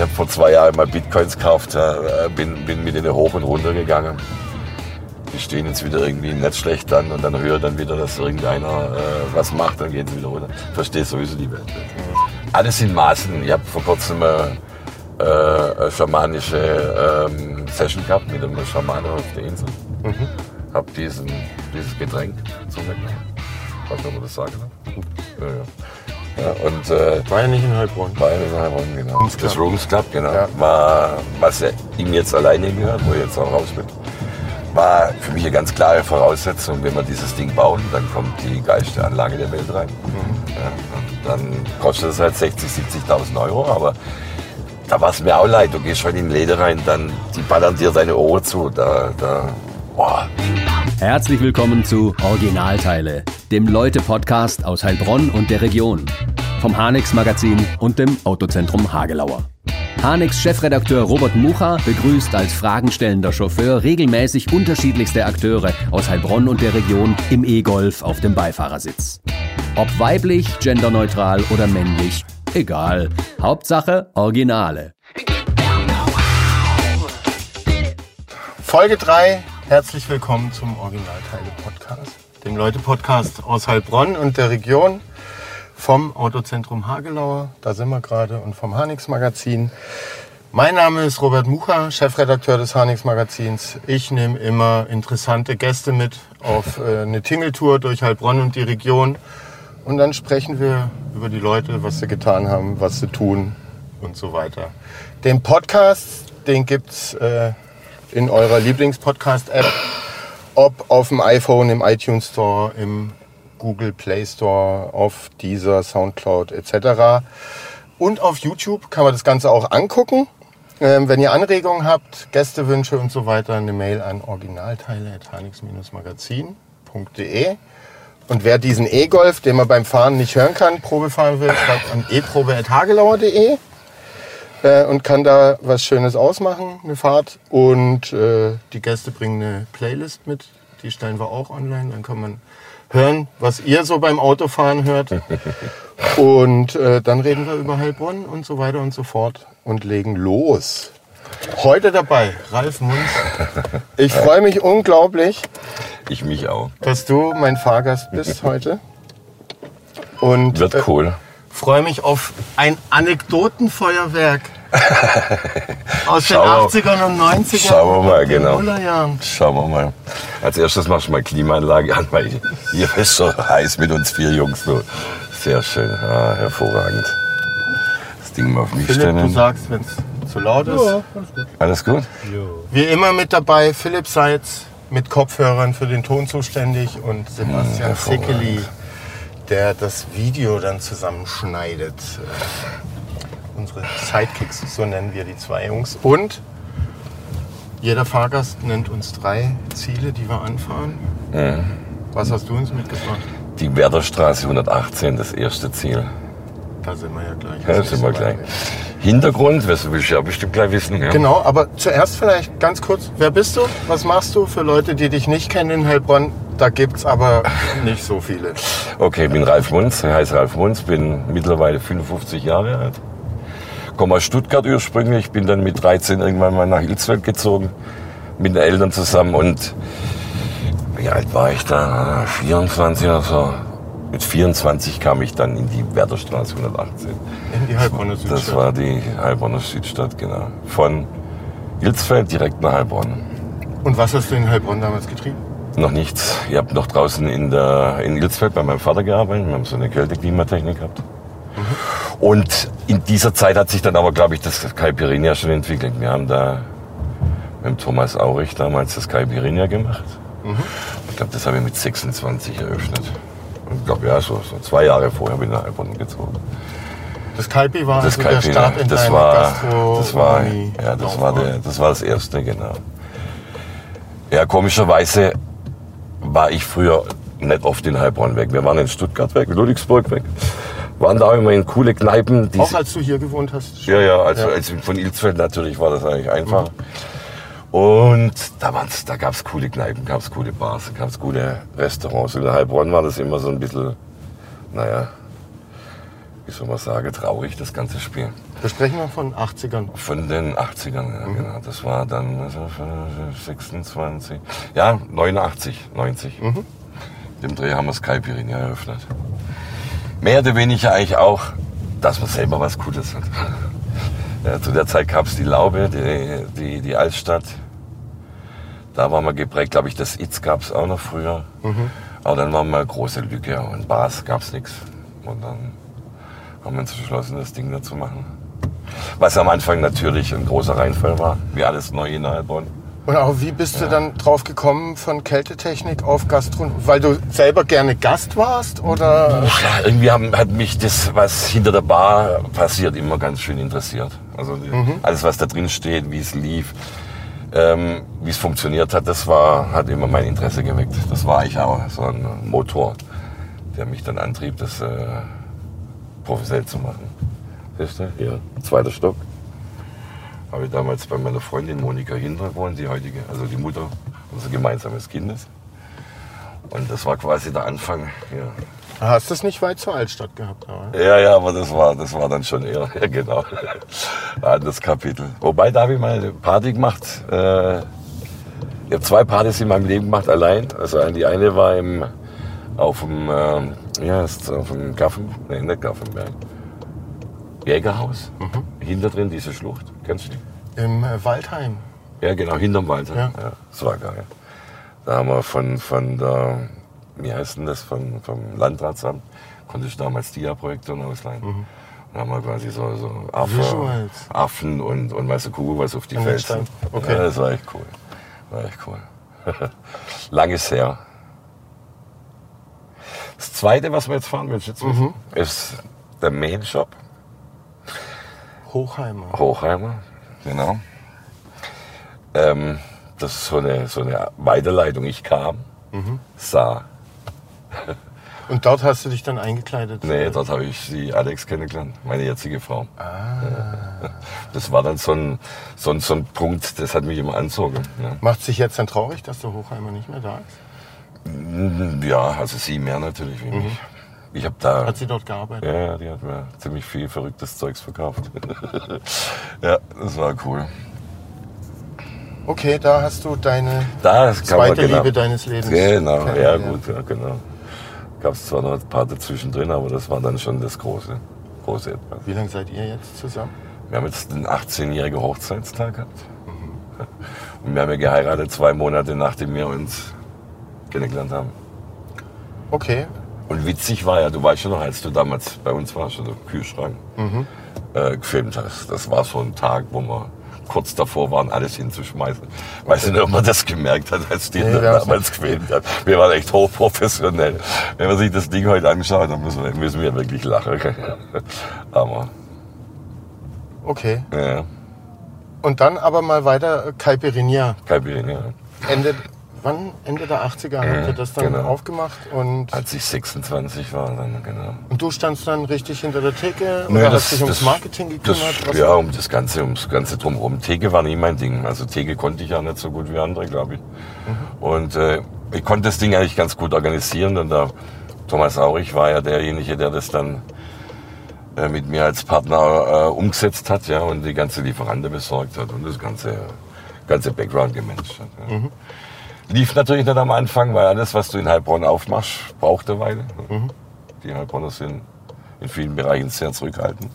Ich habe vor 2 Jahren mal Bitcoins gekauft, bin mit denen hoch und runter gegangen. Die stehen jetzt wieder irgendwie nicht schlecht an und dann höre dann wieder, dass irgendeiner was macht, dann gehen sie wieder runter. Verstehe sowieso die Welt. Alles in Maßen. Ich habe vor kurzem eine schamanische Session gehabt mit einem Schamaner auf der Insel. Hab dieses Getränk zu mir genommen. Was soll man das sagen? Ja, und, war ja nicht in Heilbronn. War ja nicht in Heilbronn, genau. Das Rooms Club, genau. Ja. War, was ja ihm jetzt alleine gehört, wo ich jetzt auch raus bin, war für mich eine ganz klare Voraussetzung. Wenn wir dieses Ding bauen, dann kommt die geilste Anlage der Welt rein. Ja, und dann kostet es halt 60.000, 70.000 Euro, aber da war es mir auch leid. Du gehst schon in die Läden rein, dann die ballern dir deine Ohren zu. Boah. Herzlich willkommen zu Originalteile, dem Leute-Podcast aus Heilbronn und der Region. Vom Hanex Magazin und dem Autozentrum Hagelauer. Hanex Chefredakteur Robert Mucha begrüßt als fragenstellender Chauffeur regelmäßig unterschiedlichste Akteure aus Heilbronn und der Region im E-Golf auf dem Beifahrersitz. Ob weiblich, genderneutral oder männlich, egal. Hauptsache Originale. Folge 3, herzlich willkommen zum Originalteile-Podcast, dem Leute-Podcast aus Heilbronn und der Region, vom Autozentrum Hagelauer, da sind wir gerade, und vom Hanex Magazin. Mein Name ist Robert Mucha, Chefredakteur des Hanex Magazins. Ich nehme immer interessante Gäste mit auf eine Tingeltour durch Heilbronn und die Region. Und dann sprechen wir über die Leute, was sie getan haben, was sie tun und so weiter. Den Podcast, den gibt's in eurer Lieblingspodcast-App, ob auf dem iPhone, im iTunes Store, im Google Play Store, auf Deezer, Soundcloud etc. Und auf YouTube kann man das Ganze auch angucken. Wenn ihr Anregungen habt, Gästewünsche und so weiter, eine Mail an originalteile@hanex-magazin.de. Und wer diesen E-Golf, den man beim Fahren nicht hören kann, Probe fahren will, schreibt an eprobe@hagelauer.de. Und kann da was Schönes ausmachen, eine Fahrt. Und die Gäste bringen eine Playlist mit, die stellen wir auch online. Dann kann man hören, was ihr so beim Autofahren hört. Und dann reden wir über Heilbronn und so weiter und so fort und legen los. Heute dabei Ralf Munz. Ich freue mich unglaublich. Ich mich auch. Dass du mein Fahrgast bist heute. Und wird cool. Freue mich auf ein Anekdotenfeuerwerk aus den 80ern und 90ern. Schauen wir mal, genau. Nullerjahren. Schauen wir mal. Als erstes machst du mal Klimaanlage an, weil hier ist so heiß mit uns 4 Jungs. So. Sehr schön, hervorragend. Das Ding mal auf mich Philipp, stellen. du sagst, wenn es zu laut ist. Ja, alles gut. Alles gut? Jo. Wie immer mit dabei Philipp Seitz mit Kopfhörern für den Ton zuständig und Sebastian Zickeli, der das Video dann zusammenschneidet. Unsere Sidekicks, so nennen wir die 2 Jungs. Und jeder Fahrgast nennt uns 3 Ziele, die wir anfahren. Was hast du uns mitgebracht? Die Werderstraße 118, das erste Ziel. Da sind wir ja gleich. Ja, sind wir gleich. Hintergrund, wirst du ja bestimmt gleich wissen. Ja. Genau, aber zuerst vielleicht ganz kurz, wer bist du? Was machst du für Leute, die dich nicht kennen in Heilbronn? Da gibt's aber nicht so viele. Okay, ich bin Ralf Munz, ich heiße Ralf Munz, bin mittlerweile 55 Jahre alt. Komme aus Stuttgart ursprünglich, bin dann mit 13 irgendwann mal nach Ilsfeld gezogen, mit den Eltern zusammen. Und wie alt war ich da? 24 oder so. Mit 24 kam ich dann in die Werderstraße 118. In die Heilbronner Südstadt. Das war die Heilbronner Südstadt, genau. Von Ilsfeld direkt nach Heilbronn. Und was hast du in Heilbronn damals getrieben? Noch nichts. Ich habe noch draußen in Ilsfeld bei meinem Vater gearbeitet. Wir haben so eine Kälteklimatechnik gehabt. Und in dieser Zeit hat sich dann aber, glaube ich, das Caipirinha schon entwickelt. Wir haben da mit dem Thomas Aurich damals das Caipirinha gemacht. Ich glaube, das habe ich mit 26 eröffnet. Ich glaube, ja, so 2 Jahre vorher bin ich nach Heilbronn gezogen. Das Kaipi war Das also der Start in deiner Gastronomie. Das war das erste, genau. Ja, komischerweise war ich früher nicht oft in Heilbronn weg. Wir waren in Stuttgart weg, Ludwigsburg weg. Waren da immer in coole Kneipen. Auch als du hier gewohnt hast? Ja, als von Ilsfeld natürlich war das eigentlich einfach. Und da gab es coole Kneipen, gab es coole Bars, gab es coole Restaurants. In Heilbronn war das immer so ein bisschen, naja, wie soll man sagen, traurig, das ganze Spiel. Da sprechen wir von 80ern. Von den 80ern, ja, genau. Das war dann 26, ja, 89, 90. Dem Dreh haben wir das Caipirinha eröffnet. Mehr oder weniger eigentlich auch, dass man selber was Gutes hat. Ja, zu der Zeit gab es die Laube, die Altstadt. Da waren wir geprägt, glaube ich, das Itz gab es auch noch früher. Aber dann war mal eine große Lücke und Bars gab es nichts. Und dann haben wir uns entschlossen, das Ding da zu machen. Was am Anfang natürlich ein großer Reinfall war, wie alles neu in Heilbronn. Und auch wie bist du dann drauf gekommen von Kältetechnik auf Gastronomie? Weil du selber gerne Gast warst, oder? Ja, irgendwie hat mich das, was hinter der Bar passiert, immer ganz schön interessiert. Also alles, was da drin steht, wie es lief, wie es funktioniert hat, hat immer mein Interesse geweckt. Das war eigentlich auch so ein Motor, der mich dann antrieb, das professionell zu machen. Siehst du, hier, 2. Stock. Habe ich damals bei meiner Freundin Monika Hindra gewohnt, die heutige, also die Mutter unseres gemeinsamen Kindes. Und das war quasi der Anfang. Ja. Hast du es nicht weit zur Altstadt gehabt? Aber? Ja, aber das war dann schon eher, ja, genau, ein anderes Kapitel. Wobei, da habe ich mal eine Party gemacht. Ich habe 2 Partys in meinem Leben gemacht, allein. Also die eine war auf dem nicht Gaffenberg. Jägerhaus, hinter drin diese Schlucht, kennst du die? Im Waldheim. Ja, genau, hinterm Waldheim. Ja. Ja, das war geil. Da haben wir von der, wie heißt denn das, vom Landratsamt, konnte ich damals Dia-Projektoren ausleihen. Da haben wir quasi so Affen und weißt du, Kuckuck, was auf die Felsen. Okay. Ja, das war echt cool. Lang ist her. Das Zweite, was wir jetzt fahren, willst du jetzt wissen, ist der Main Shop. Hochheimer, genau. Das ist so eine Weiterleitung. Ich kam, sah. Und dort hast du dich dann eingekleidet? Nee, dort habe ich die Alex kennengelernt, meine jetzige Frau. Das war dann so ein Punkt, das hat mich immer angezogen. Ja. Macht sich jetzt dann traurig, dass der Hochheimer nicht mehr da ist? Ja, also sie mehr natürlich wie mich. Ich habe da. Hat sie dort gearbeitet? Ja, die hat mir ziemlich viel verrücktes Zeugs verkauft. Ja, das war cool. Okay, da hast du deine zweite Liebe deines Lebens. Genau, ja gut, ja, genau. Gab es zwar noch ein paar dazwischen drin, aber das war dann schon das große etwas. Wie lange seid ihr jetzt zusammen? Wir haben jetzt den 18-jährigen Hochzeitstag gehabt. Und wir haben ja geheiratet 2 Monate, nachdem wir uns kennengelernt haben. Okay. Und witzig war ja, du weißt schon noch, als du damals bei uns warst, oder im Kühlschrank, gefilmt hast. Das war so ein Tag, wo wir kurz davor waren, alles hinzuschmeißen. Weiß nicht, ob man das gemerkt hat, als die damals gefilmt hat. Wir waren echt hochprofessionell. Wenn man sich das Ding heute anschaut, dann müssen wir wirklich lachen. Aber. Okay. Ja. Und dann aber mal weiter Caipirinha. Ende der 80er habt ihr das dann aufgemacht? Und als ich 26 war, dann genau. Und du standst dann richtig hinter der Theke oder hast dich ums Marketing gekümmert? Ja, ums Ganze drumherum. Theke war nie mein Ding. Also Theke konnte ich ja nicht so gut wie andere, glaube ich. Und ich konnte das Ding eigentlich ganz gut organisieren. Und der Thomas Aurich war ja derjenige, der das dann mit mir als Partner umgesetzt hat, ja, und die ganze Lieferante besorgt hat und das ganze Background gemanagt hat. Ja. Lief natürlich nicht am Anfang, weil alles, was du in Heilbronn aufmachst, braucht eine Weile. Die Heilbronner sind in vielen Bereichen sehr zurückhaltend.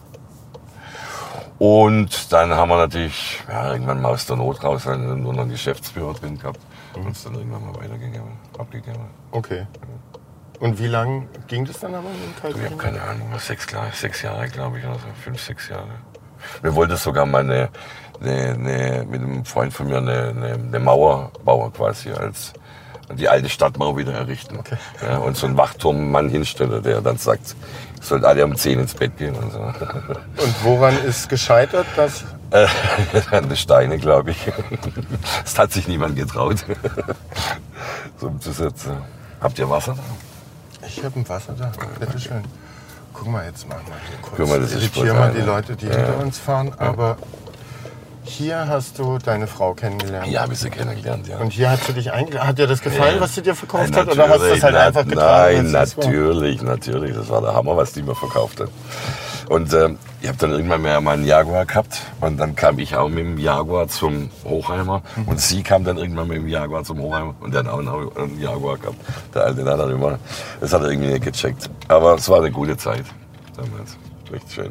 Und dann haben wir natürlich irgendwann mal aus der Not raus nur noch ein Geschäftsbüro drin gehabt und es dann irgendwann mal abgegeben. Okay. Und wie lang ging das dann aber mit dem Caipirinha? Ich habe keine Ahnung, 6 Jahre, glaube ich, oder so, 5, 6 Jahre. Wir wollten sogar mal mit einem Freund von mir eine Mauer bauen quasi, als die alte Stadtmauer wieder errichten. Okay. Ja, und so einen Wachturmmann hinstellen, der dann sagt, sollten alle um 10 ins Bett gehen und so. Und woran ist gescheitert, dass? An den Steine, glaube ich. Das hat sich niemand getraut, so umzusetzen. Habt ihr Wasser da? Ich habe ein Wasser da, bitteschön. Guck mal, jetzt machen wir hier kurz. Guck mal, das ist mal die Leute, die hinter uns fahren, aber hier hast du deine Frau kennengelernt. Ja, habe ich sie kennengelernt, ja. Und hier hat sie dich eingeladen. Hat dir das gefallen, was sie dir verkauft hat? Oder hast du das halt einfach getragen? Nein, natürlich. Das war der Hammer, was die mir verkauft hat. Und ich habe dann irgendwann mal einen Jaguar gehabt und dann kam ich auch mit dem Jaguar zum Hochheimer und sie kam dann irgendwann mit dem Jaguar zum Hochheimer und der hat auch einen Jaguar gehabt. Der alte hat er immer, das hat er irgendwie nicht gecheckt. Aber es war eine gute Zeit damals, richtig schön.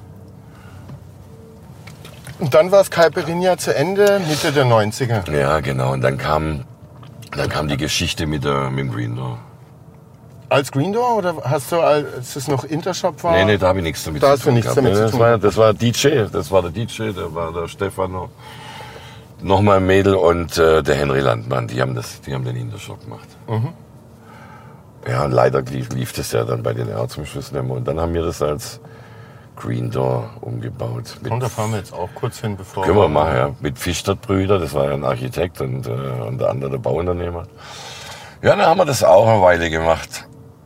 Und dann war es Caipirinha zu Ende, Mitte der 90er. Ja, genau. Und dann kam die Geschichte mit dem Green Door. Als Green Door oder hast du, als es noch Intershop war? Nee, da habe ich nichts damit zu tun. Das war DJ, das war der DJ, da war der Stefano, nochmal ein Mädel und der Henry Landmann, die haben den Intershop gemacht. Mhm. Ja, und leider lief das ja dann bei den auch zum Schluss nicht mehr. Und dann haben wir das als Green Door umgebaut. Und da fahren wir jetzt auch kurz hin, bevor... Können wir machen, ja. Mit Fichtert-Brüder, das war ja ein Architekt und der andere der Bauunternehmer. Ja, dann haben wir das auch eine Weile gemacht.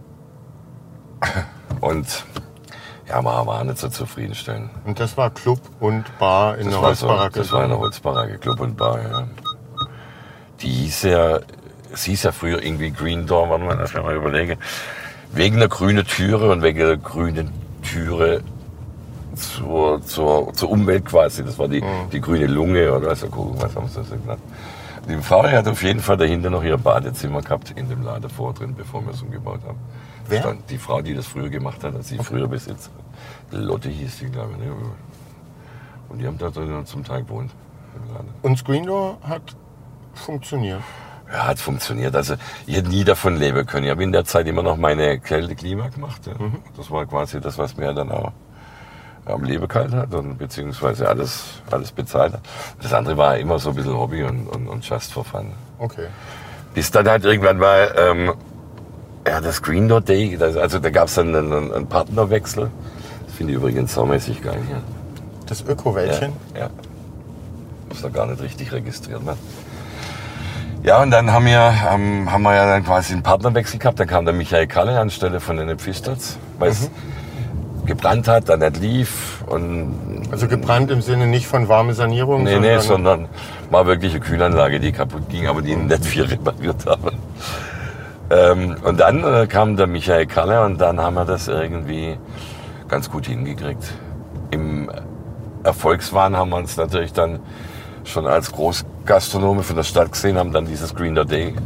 Und ja, war nicht so zufriedenstellend. Und das war Club und Bar in der Holzbaracke? Das war eine Holzbaracke, Club und Bar, ja. Es hieß ja früher irgendwie Green Door, warte mal, lass mich mal überlegen. Wegen der grünen Türe und wegen der grünen Türe zur Umwelt quasi. Das war die grüne Lunge oder was haben sie das genannt. Die Frau hat auf jeden Fall dahinter noch ihr Badezimmer gehabt in dem Laden vor drin, bevor wir es umgebaut haben. Wer? Die Frau, die das früher gemacht hat, als sie früher besitzt. Lotte hieß die, glaube ich. Und die haben da drin zum Teil gewohnt. Und Green Door hat funktioniert? Ja, hat funktioniert. Also ich hätte nie davon leben können. Ich habe in der Zeit immer noch meine Kälte-Klima gemacht. Ja. Das war quasi das, was mir dann auch am Leben gehalten hat und beziehungsweise alles bezahlt hat. Das andere war immer so ein bisschen Hobby und just for fun. Okay. Bis dann halt irgendwann mal das Green Door Day, also da gab es dann einen Partnerwechsel. Das finde ich übrigens saumäßig geil hier. Das Öko-Wäldchen? Ja. Das da gar nicht richtig registriert, ne? Ja, und dann haben wir ja dann quasi einen Partnerwechsel gehabt. Dann kam der Michael Kalle anstelle von den Pfisterts, weil es gebrannt hat, dann nicht lief. Und also gebrannt im Sinne nicht von warme Sanierung? Nee, sondern war wirklich eine Kühlanlage, die kaputt ging, aber die nicht viel repariert haben. Und dann kam der Michael Kalle und dann haben wir das irgendwie ganz gut hingekriegt. Im Erfolgswahn haben wir uns natürlich dann schon als Großgastronome von der Stadt gesehen, haben dann dieses Green Door Day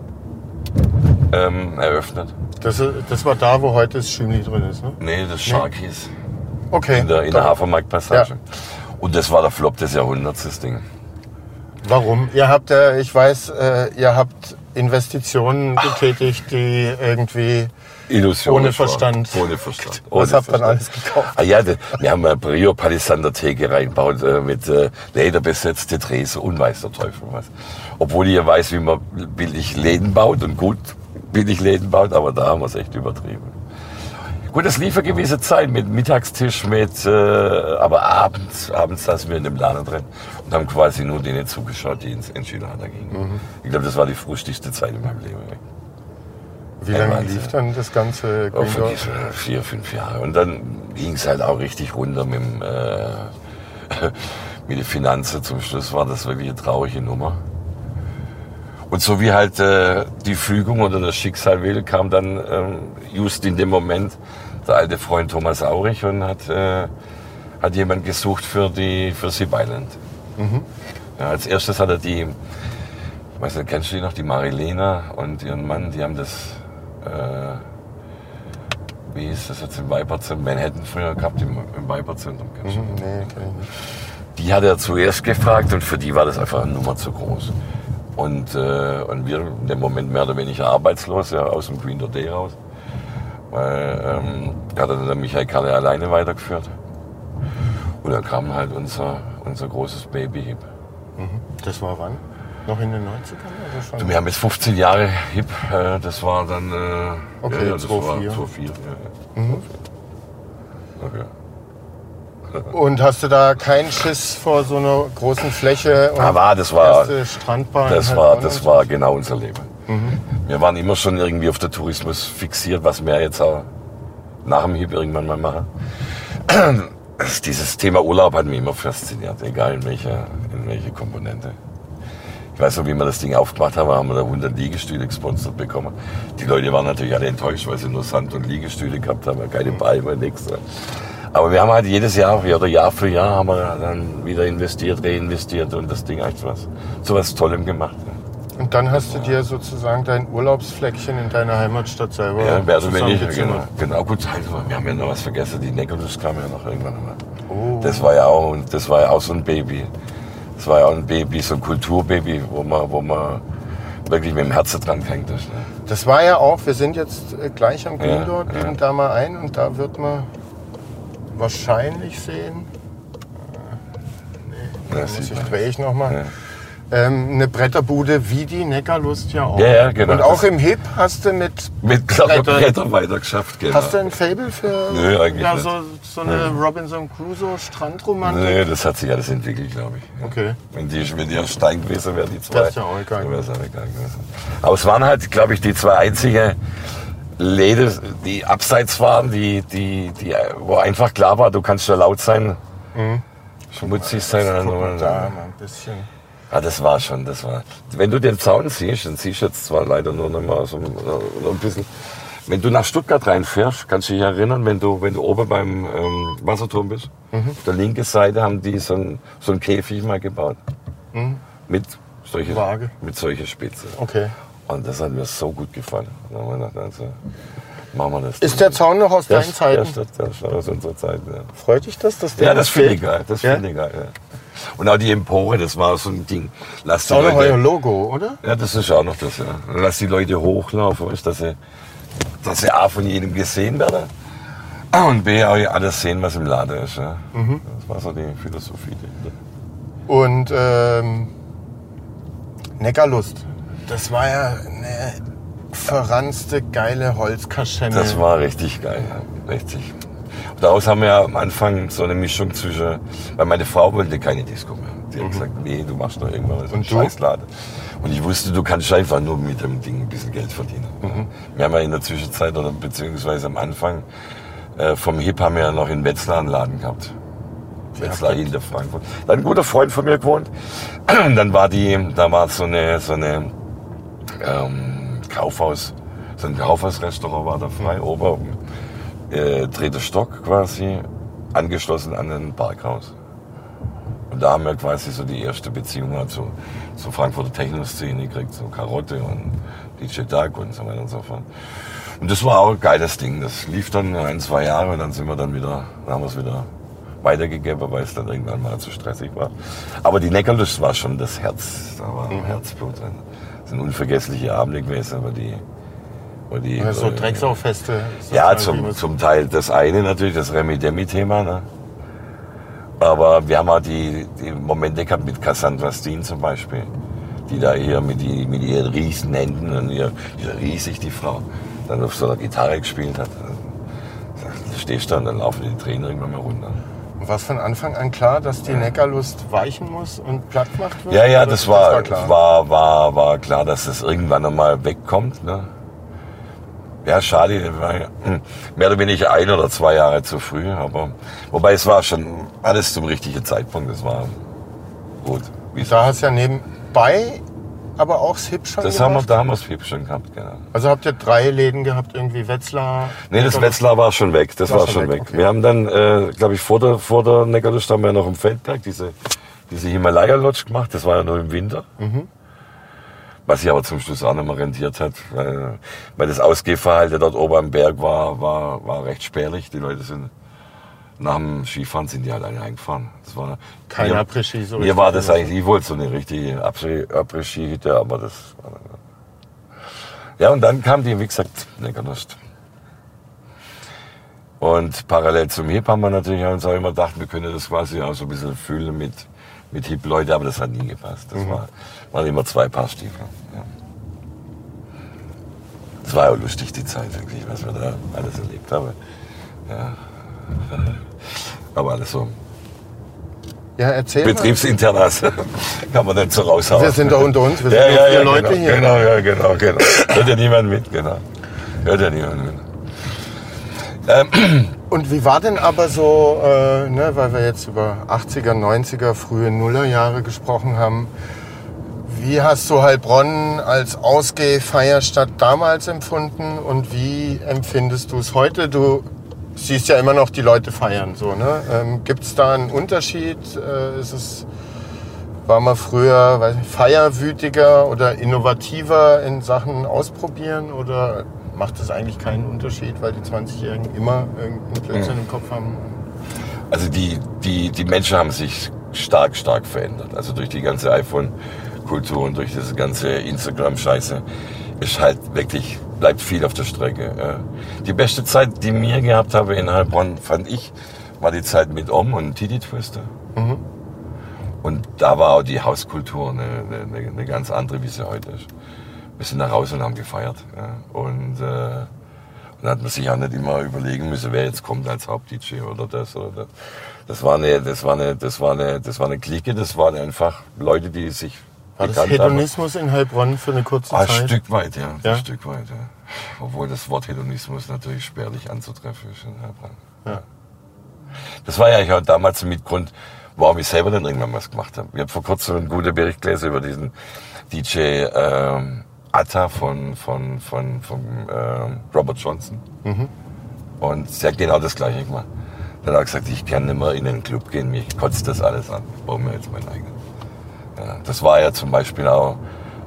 eröffnet. Das war da, wo heute das Schümli drin ist, ne? Nee, das Sharkies. Okay. In der Hafermarktpassage. Ja. Und das war der Flop des Jahrhunderts, das Ding. Warum? Ihr habt, ich weiß, ihr habt Investitionen getätigt, die irgendwie Illusion. Ohne Verstand. Was habt ihr dann alles gekauft? Wir haben eine Brio Palisander Theke reingebaut mit lederbesetzte Tresen und weiß der Teufel was. Obwohl ich ja weiß, wie man billig Läden baut und gut billig Läden baut, aber da haben wir es echt übertrieben. Gut, es lief eine gewisse Zeit mit Mittagstisch, aber abends saßen wir in dem Laden drin und haben quasi nur denen zugeschaut, die ins Enchilada gingen. Ich glaube, das war die frustigste Zeit in meinem Leben. Wie lange lief dann das ganze Green Door? 4, 5 Jahre. Und dann ging es halt auch richtig runter mit den Finanzen. Zum Schluss war das wirklich eine traurige Nummer. Und so wie halt die Fügung oder das Schicksal will, kam dann just in dem Moment der alte Freund Thomas Aurich und hat jemand gesucht für Sib Island. Ja, als erstes hat er ich weiß nicht, kennst du die noch, die Marilena und ihren Mann, die haben das, wie hieß das jetzt im Weiberzentrum, Manhattan früher gehabt, im Weiberzentrum, kennst du die? Nee, kenn ich nicht. Die hat er zuerst gefragt und für die war das einfach eine Nummer zu groß. Und wir in dem Moment mehr oder weniger arbeitslos, ja, aus dem Green Door Day raus. Weil hat er dann der Michael Kalle alleine weitergeführt. Und dann kam halt unser großes Baby Hip. Das war wann? Noch in den 90ern oder schon? Wir haben jetzt 15 Jahre Hip, das war dann... okay, das 2004. war 2004. Ja. Okay. Und hast du da keinen Schiss vor so einer großen Fläche? Und das war Strandbahn das war genau unser Leben. Wir waren immer schon irgendwie auf den Tourismus fixiert, was wir jetzt auch nach dem Hip irgendwann mal machen. Dieses Thema Urlaub hat mich immer fasziniert, egal in welche Komponente. Ich weiß noch, wie wir das Ding aufgemacht haben wir da 100 Liegestühle gesponsert bekommen. Die Leute waren natürlich alle enttäuscht, weil sie nur Sand und Liegestühle gehabt haben, keine Palme, nichts. Aber wir haben halt jedes Jahr oder Jahr für Jahr haben wir dann wieder investiert, reinvestiert und das Ding echt zu was Tollem gemacht. Ja. Und dann hast du dir sozusagen dein Urlaubsfleckchen in deiner Heimatstadt selber Ja, mehr oder weniger, zusammengezimmert. genau. Gut, also, wir haben ja noch was vergessen, die Neckarlust kam ja noch irgendwann mal. Oh. Das war ja auch so ein Baby. Das war ja auch ein Baby, so ein Kulturbaby, wo man wirklich mit dem Herzen dran hängt. Ne? Das war ja auch, wir sind jetzt gleich am Grün dort, ja. biegen da mal ein und da wird man wahrscheinlich sehen. Nee, Das muss sieht ich, man. drehe ich nochmal. Ja. Eine Bretterbude wie die Neckarlust ja auch. Ja, genau. Und auch im Hip hast du mit Bretter weiter geschafft, genau. Hast du ein Faible für Nö, eigentlich ja, nicht. so eine Robinson Crusoe Strandromantik? Nee, das hat sich alles entwickelt, glaube ich. Ja. Okay. Wenn die auf Stein gewesen wären, die zwei. Wär's ja auch egal. dann wär's auch egal gewesen. Aber es waren halt, glaube ich, die zwei einzigen Läden, die abseits waren, wo einfach klar war, du kannst ja laut sein, schmutzig sein. Guck mal Und da mal ein bisschen. ja, das war. Wenn du den Zaun siehst, dann siehst du jetzt zwar leider nur noch mal so ein bisschen. Wenn du nach Stuttgart reinfährst, kannst du dich erinnern, wenn du oben beim Wasserturm bist, auf der linken Seite haben die so einen Käfig mal gebaut. Mit solcher Spitze. Okay. Und das hat mir so gut gefallen. Da haben wir gedacht, also, machen wir das. Ist der Zaun noch aus deinen Zeiten? Der ist aus unserer Zeit, ja. Freut dich das? Dass der Ja, das finde steht? ich geil. Das Ja? finde ich geil, ja. Und auch die Empore, das war so ein Ding. Lass Das die ist auch noch euer Leute, Logo, oder? ja, das ist auch noch das, ja. Lass die Leute hochlaufen, weißt, dass sie A von jedem gesehen werden und B auch alles sehen, was im Laden ist. Ja. Das war so die Philosophie. Und Neckarlust. Das war ja eine verranzte, geile Holzkaschemme. Das war richtig geil, ja. Richtig. Und daraus haben wir ja am Anfang so eine Mischung zwischen, weil meine Frau wollte keine Disco mehr. Die hat gesagt, nee, du machst doch irgendwann so einen Und du? Scheißladen. Und ich wusste, du kannst einfach nur mit dem Ding ein bisschen Geld verdienen. Wir haben ja in der Zwischenzeit oder beziehungsweise am Anfang vom Hip haben wir ja noch in Wetzlar einen Laden gehabt. Wetzlar hinter Frankfurt. Da hat ein guter Freund von mir gewohnt. Und dann war so eine Kaufhaus, so ein Kaufhausrestaurant war da frei, oben dritter Stock quasi, angeschlossen an ein Parkhaus. Und da haben wir quasi so die erste Beziehung zur Frankfurter Techno-Szene gekriegt, so Karotte und DJ Dark und so weiter und so fort. Und das war auch ein geiles Ding. Das lief dann 1-2 Jahre und dann haben wir es wieder weitergegeben, weil es dann irgendwann mal zu stressig war. Aber die Neckarlust war schon das Herz, da war Herzblut drin. Das sind unvergessliche Abende gewesen, aber die so Drecksau-Feste. ja, zum Teil das eine natürlich, das Remi-Demi-Thema, ne? Aber wir haben auch die Momente gehabt mit Cassandra Steen zum Beispiel, die da hier mit ihren riesen Händen und riesig die Frau dann auf so einer Gitarre gespielt hat. Da stehst du und dann laufen die Tränen irgendwann mal runter. Und war es von Anfang an klar, dass die Neckarlust weichen muss und platt gemacht wird? Ja, Oder das war klar. war klar, dass das irgendwann einmal wegkommt. Ne? Ja, schade, das war mehr oder weniger 1 oder 2 Jahre zu früh. Aber wobei es war schon alles zum richtigen Zeitpunkt. Das war gut. Da hast du ja nebenbei aber auch das Hip schon Da haben wir das Hip schon gehabt, genau. Also habt ihr 3 Läden gehabt, irgendwie Wetzlar? Nee, das Wetzlar war schon weg. Das war schon weg. Okay. Wir haben dann, glaube ich, vor der Neckarlust haben wir noch im Feldberg diese Himalaya Lodge gemacht. Das war ja nur im Winter. Was sich aber zum Schluss auch nicht mehr rentiert hat, weil das Ausgehverhalten dort oben am Berg war recht spärlich. Die Leute sind nach dem Skifahren sind die halt alle eingefahren. Das war Kein Après-Ski so Mir richtig war das eigentlich, ich wollte so eine richtige Après-Ski-Hütte, aber das war dann, ja, und dann kam die, wie gesagt, Neckarlust. Und parallel zum Hip haben wir natürlich uns auch immer gedacht, wir können das quasi auch so ein bisschen fühlen mit Hip-Leute, aber das hat nie gepasst. Das waren immer 2 Paar Stiefel. Ja. Es war auch lustig, die Zeit wirklich, was wir da alles erlebt haben. Ja. Aber alles so. Ja, erzähl mal. Betriebsinternas kann man nicht so raushauen. Wir sind doch unter uns, wir sind nur 4 Leute genau, hier. Genau. Hört ja niemand mit, genau. Hört ja niemand mit. Und wie war denn aber so, weil wir jetzt über 80er, 90er, frühe Nullerjahre gesprochen haben, wie hast du Heilbronn als Ausgeh-Feierstadt damals empfunden und wie empfindest du es heute? Du siehst ja immer noch die Leute feiern. So, ne? Gibt es da einen Unterschied? War man früher feierwütiger oder innovativer in Sachen Ausprobieren? Oder macht das eigentlich keinen Unterschied, weil die 20-Jährigen immer irgendeinen Blödsinn im Kopf haben? Also die Menschen haben sich stark verändert. Also durch die ganze iPhone-Kultur und durch diese ganze Instagram-Scheiße ist halt wirklich, bleibt viel auf der Strecke. Die beste Zeit, die wir gehabt haben in Heilbronn, fand ich, war die Zeit mit Om und Titi Twister. Mhm. Und da war auch die Hauskultur eine ganz andere, wie sie heute ist. Wir sind nach Hause und haben gefeiert. Und dann hat man sich auch nicht immer überlegen müssen, wer jetzt kommt als Haupt-DJ oder das oder das. Das war eine Clique, das waren einfach Leute, die sich War das Hedonismus in Heilbronn für eine kurze Zeit? Ein Stück weit, ja. Ein Stück weit, ja. Obwohl das Wort Hedonismus natürlich spärlich anzutreffen ist in Heilbronn. Ja. Das war ja auch damals ein Mitgrund, warum ich selber dann irgendwann was gemacht habe. Ich habe vor kurzem einen guten Bericht gelesen über diesen DJ Atta von Robert Johnson. Mhm. Und sie hat genau das Gleiche gemacht. Dann hat er gesagt, ich kann nicht mehr in den Club gehen, mich kotzt das alles an. Ich baue mir jetzt meinen eigenen. Ja, das war ja zum Beispiel auch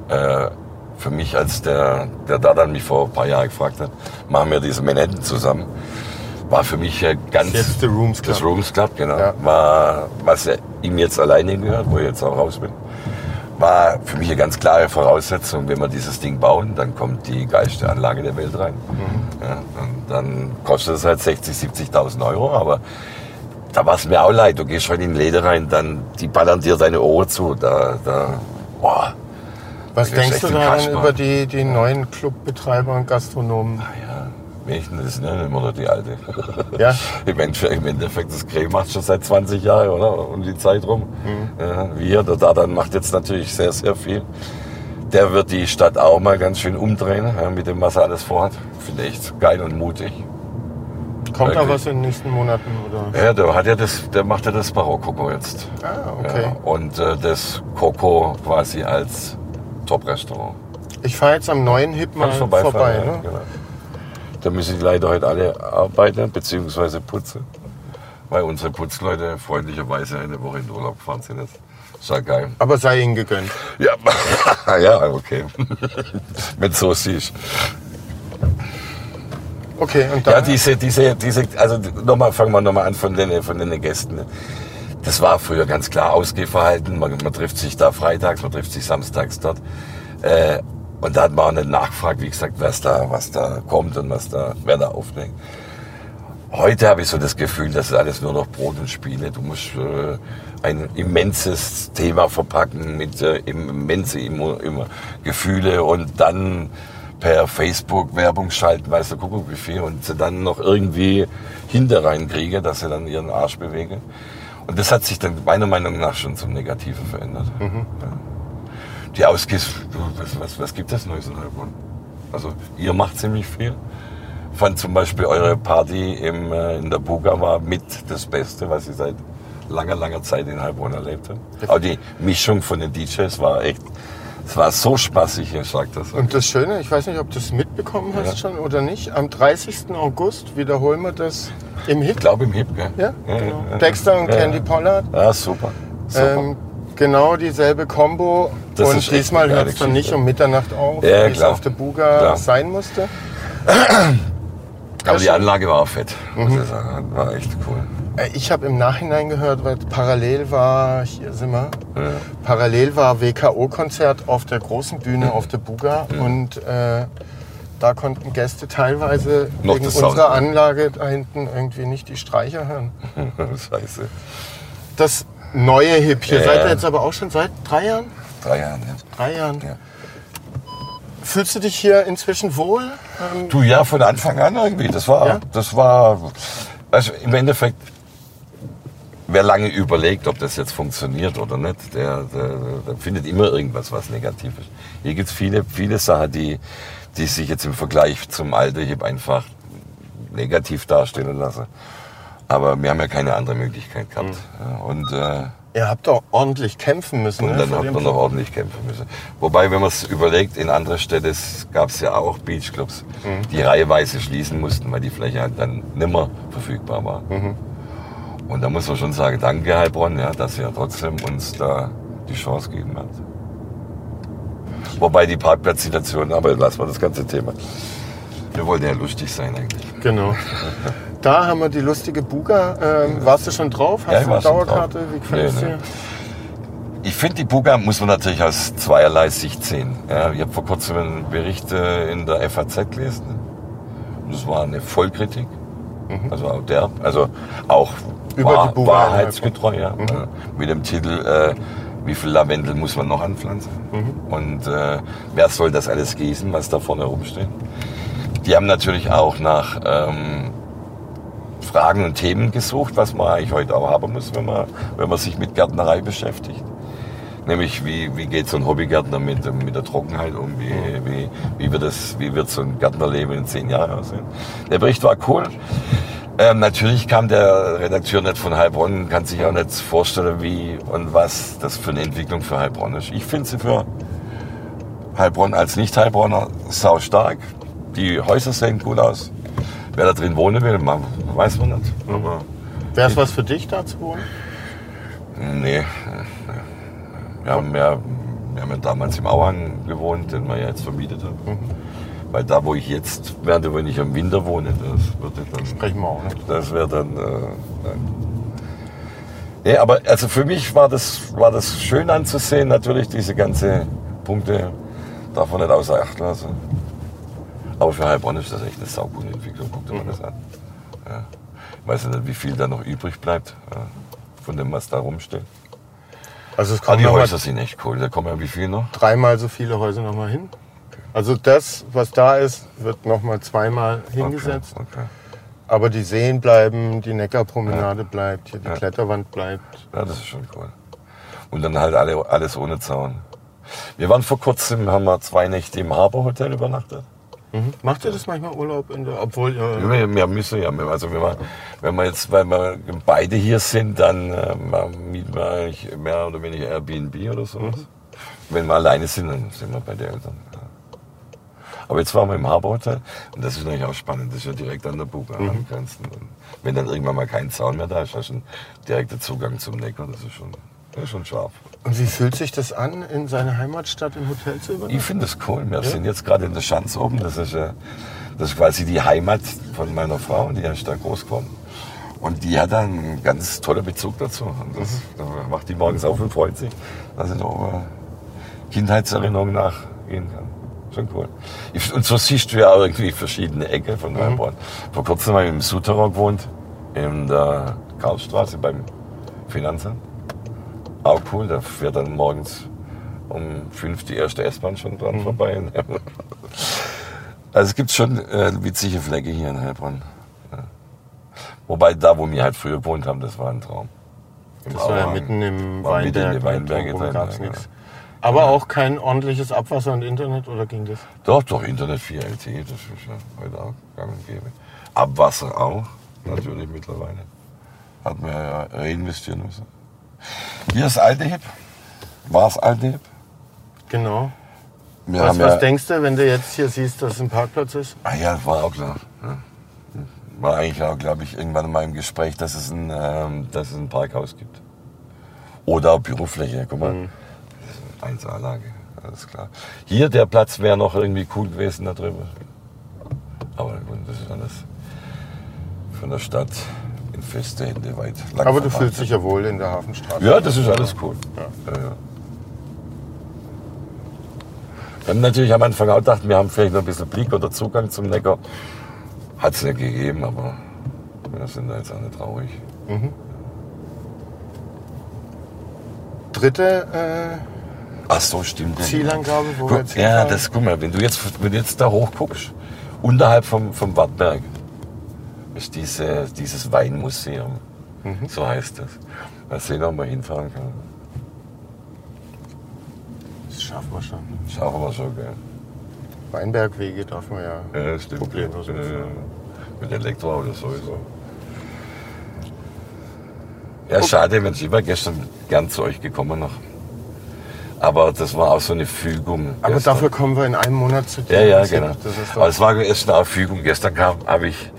für mich, als der dann mich vor ein paar Jahren gefragt hat, machen wir diese Manhattan zusammen. War für mich ganz... Jetzt der Rooms Club. Das Rooms Club, genau. Ja. War, was ihm jetzt alleine gehört, wo ich jetzt auch raus bin, war für mich eine ganz klare Voraussetzung. Wenn wir dieses Ding bauen, dann kommt die geilste Anlage der Welt rein. Mhm. Ja, und dann kostet es halt 60.000, 70.000 Euro, aber da war es mir auch leid. Du gehst schon in die Läden rein, dann die ballern dir deine Ohren zu. Boah. Was denkst du da über die neuen Clubbetreiber und Gastronomen? Märchen ist nicht immer noch die alte. Ja? Im Endeffekt, das Creme macht schon seit 20 Jahren, oder? Um die Zeit rum. Mhm. Der Dadan macht jetzt natürlich sehr, sehr viel. Der wird die Stadt auch mal ganz schön umdrehen, mit dem, was er alles vorhat. Finde ich echt geil und mutig. Kommt da was in den nächsten Monaten, oder? Ja, der macht ja das Barocco jetzt. Ah, okay. Ja, und das Coco quasi als Top-Restaurant. Ich fahre jetzt am neuen Hip mal vorbei, ja, ne? Genau. Da müssen die leider heute alle arbeiten, beziehungsweise putzen. Weil unsere Putzleute freundlicherweise eine Woche in den Urlaub gefahren sind. Das ist ja geil. Aber sei ihnen gegönnt. Ja, ja, okay. Wenn so siehst. Okay, und dann? Ja, diese, also fangen wir nochmal an von den Gästen. Das war früher ganz klar Ausgehverhalten. Man trifft sich da freitags, man trifft sich samstags dort. Und da hat man auch nicht nachgefragt, wie gesagt, was da kommt und wer da auflegt. Heute habe ich so das Gefühl, das ist alles nur noch Brot und Spiele. Du musst ein immenses Thema verpacken mit immense Gefühle und dann per Facebook Werbung schalten, weißt du, guck wie viel, und sie dann noch irgendwie hinter rein kriege, dass sie dann ihren Arsch bewegen. Und das hat sich dann meiner Meinung nach schon zum Negativen verändert. Mhm. Ja. Die was gibt es Neues in Heilbronn? Also ihr macht ziemlich viel. Fand zum Beispiel eure Party in der Buga war mit das Beste, was ich seit langer Zeit in Heilbronn erlebt habe. Auch die Mischung von den DJs war echt, es war so spaßig, ich sag das. Und das Schöne, ich weiß nicht, ob du es mitbekommen hast schon oder nicht, am 30. August wiederholen wir das im Hip. Ich glaube im Hip, gell? Ja, genau. Ja. Dexter und Candy Pollard. Ja, super. Genau dieselbe Combo. Das und diesmal hört es dann nicht um Mitternacht auf, wie es auf der Buga sein musste. Aber die Anlage war auch fett, muss ich sagen. War echt cool. Ich habe im Nachhinein gehört, weil parallel war, hier sind wir, parallel war WKO-Konzert auf der großen Bühne auf der Buga und da konnten Gäste teilweise noch wegen unserer Anlage da hinten irgendwie nicht die Streicher hören. Scheiße. Das neue Hip hier. Seid ihr jetzt aber auch schon seit 3 Jahren? 3 Jahren, ja. 3 Jahren. Ja. Fühlst du dich hier inzwischen wohl? Du, ja, von Anfang an irgendwie. Das war, also im Endeffekt, wer lange überlegt, ob das jetzt funktioniert oder nicht, der findet immer irgendwas, was negativ ist. Hier gibt es viele Sachen, die sich jetzt im Vergleich zum alten Hip einfach negativ darstellen lassen. Aber wir haben ja keine andere Möglichkeit gehabt. Ja, und ihr habt doch ordentlich kämpfen müssen. Und dann hat man noch ordentlich kämpfen müssen. Wobei, wenn man es überlegt, in anderen Städten gab es ja auch Beachclubs, die reiheweise schließen mussten, weil die Fläche halt dann nimmer verfügbar war. Und da muss man schon sagen, danke Heilbronn, ja, dass ihr trotzdem uns da die Chance gegeben habt. Wobei die Parkplatzsituation, aber lassen wir das ganze Thema. Wir wollten ja lustig sein eigentlich. Genau. Da haben wir die lustige Buga. Warst du schon drauf? Hast du eine Dauerkarte? Wie gefällt es dir? Ich finde, die Buga muss man natürlich aus zweierlei Sicht sehen. Ja, ich habe vor kurzem einen Bericht in der FAZ gelesen. Und das war eine Vollkritik. Also auch auch über die Buga wahrheitsgetreu. Ja. Mit dem Titel wie viel Lavendel muss man noch anpflanzen? Und wer soll das alles gießen, was da vorne rumsteht? Die haben natürlich auch nach Fragen und Themen gesucht, was man eigentlich heute auch haben muss, wenn man sich mit Gärtnerei beschäftigt. Nämlich, wie geht so ein Hobbygärtner mit der Trockenheit um? Wie wird so ein Gärtnerleben in 10 Jahren aussehen? Der Bericht war cool. Natürlich kam der Redakteur nicht von Heilbronn, kann sich auch nicht vorstellen, wie und was das für eine Entwicklung für Heilbronn ist. Ich finde sie für Heilbronn als Nicht-Heilbronner sau stark. Die Häuser sehen gut aus. Wer da drin wohnen will, weiß man nicht. Wäre es was für dich, da zu wohnen? Nee. Wir haben ja damals im Auhang gewohnt, den wir ja jetzt vermietet haben. Weil da, wo ich jetzt werde, wenn ich im Winter wohne, das würde dann... Sprechen wir auch nicht. Das wäre dann... Nee, aber also für mich war das schön anzusehen, natürlich diese ganzen Punkte darf man nicht außer Acht lassen. Aber für Heilbronn ist das echt eine saugute Entwicklung, guckt man das an. Ja. Ich weiß nicht, wie viel da noch übrig bleibt, von dem, was da rumsteht. Also es kommen die Häuser sind echt cool, da kommen ja wie viel noch? 3-mal so viele Häuser nochmal hin. Also das, was da ist, wird nochmal 2-mal hingesetzt. Okay. Aber die Seen bleiben, die Neckarpromenade bleibt, hier die Kletterwand bleibt. Ja, das ist schon cool. Und dann halt alles ohne Zaun. Wir waren vor kurzem, haben wir 2 Nächte im Harbour Hotel übernachtet. Macht ihr das manchmal Urlaub? Obwohl wir müssen ja. Also wenn wir jetzt, weil wir beide hier sind, dann mieten wir eigentlich mehr oder weniger Airbnb oder sowas. Wenn wir alleine sind, dann sind wir bei den Eltern. Ja. Aber jetzt waren wir im Harbour Hotel und das ist natürlich auch spannend. Das ist ja direkt an der Buga angrenzen. Und wenn dann irgendwann mal kein Zaun mehr da ist, hast du einen direkten Zugang zum Neckar. Das ist schon scharf. Und wie fühlt sich das an, in seine Heimatstadt im Hotel zu übernachten? Ich finde das cool. Wir sind jetzt gerade in der Schanz oben. Das ist quasi die Heimat von meiner Frau und die ist da groß geworden. Und die hat dann einen ganz tollen Bezug dazu. Und da macht die morgens auf und freut sich, dass sie noch Kindheitserinnerungen nachgehen kann. Schon cool. Und so siehst du ja auch irgendwie verschiedene Ecken von Heilbronn. Vor kurzem habe ich im Souterrain gewohnt, in der Karlstraße beim Finanzamt. Auch cool, da fährt dann morgens um 5 die erste S-Bahn schon dran vorbei. Also es gibt schon witzige Flecke hier in Heilbronn. Ja. Wobei da, wo wir halt früher gewohnt haben, das war ein Traum. Das war ja mitten im Weinberg, da gab's nichts. Aber auch kein ordentliches Abwasser und Internet, oder ging das? Doch, Internet 4 LTE, das ist ja heute auch gang und gäbe. Abwasser auch, natürlich mittlerweile. Hat man ja reinvestieren müssen. Hier ist Alte Hip. War es Alte Hip? Genau. Was denkst du, wenn du jetzt hier siehst, dass es ein Parkplatz ist? Ah ja, war auch klar. Ja. War eigentlich auch, glaube ich, irgendwann in meinem Gespräch, dass es ein Parkhaus gibt. Oder Bürofläche, guck mal. 1A-Lage, alles klar. Hier, der Platz wäre noch irgendwie cool gewesen da drüber. Aber gut, das ist alles von der Stadt in feste Hände weit. Aber du fühlst dich ja wohl in der Hafenstraße. Ja, das ist alles cool. Ja. Wir haben natürlich am Anfang auch gedacht, wir haben vielleicht noch ein bisschen Blick oder Zugang zum Neckar. Hat es nicht gegeben, aber wir sind da jetzt auch nicht traurig. Dritte Ach so, stimmt. Zielangabe, wo wir jetzt ja, das, guck mal, wenn du jetzt da hoch guckst, unterhalb vom Wartberg ist dieses Weinmuseum, so heißt das. Mal sehen, ob man hinfahren kann. Das schaffen wir schon. Schaffen wir schon, gell. Weinbergwege darf man ja stimmt. problemlos mit Elektroauto sowieso. Ja, schade, Mensch, ich war gestern gern zu euch gekommen noch. Aber das war auch so eine Fügung. Aber gestern. dafür kommen wir in einem Monat zu dir. Ja, genau. Das ist Aber es war erst eine Fügung. Gestern habe ich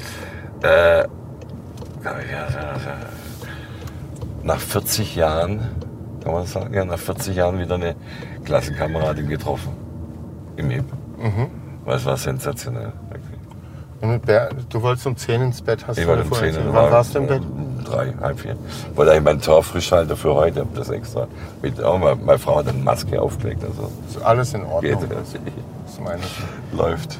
nach 40 Jahren, kann man sagen, ja, nach 40 Jahren wieder eine Klassenkameradin getroffen. Im HIP. Das war sensationell. Und du wolltest um 10 ins Bett, hast Ich du war mir um vorher 10 erzählt. Wann warst du im Bett? 3, halb 4. Wollte eigentlich mein Tor frisch halten für heute, hab das extra mit. Oh, meine Frau hat eine Maske aufgelegt. Also Ist alles in Ordnung. geht, Das meine ich. läuft.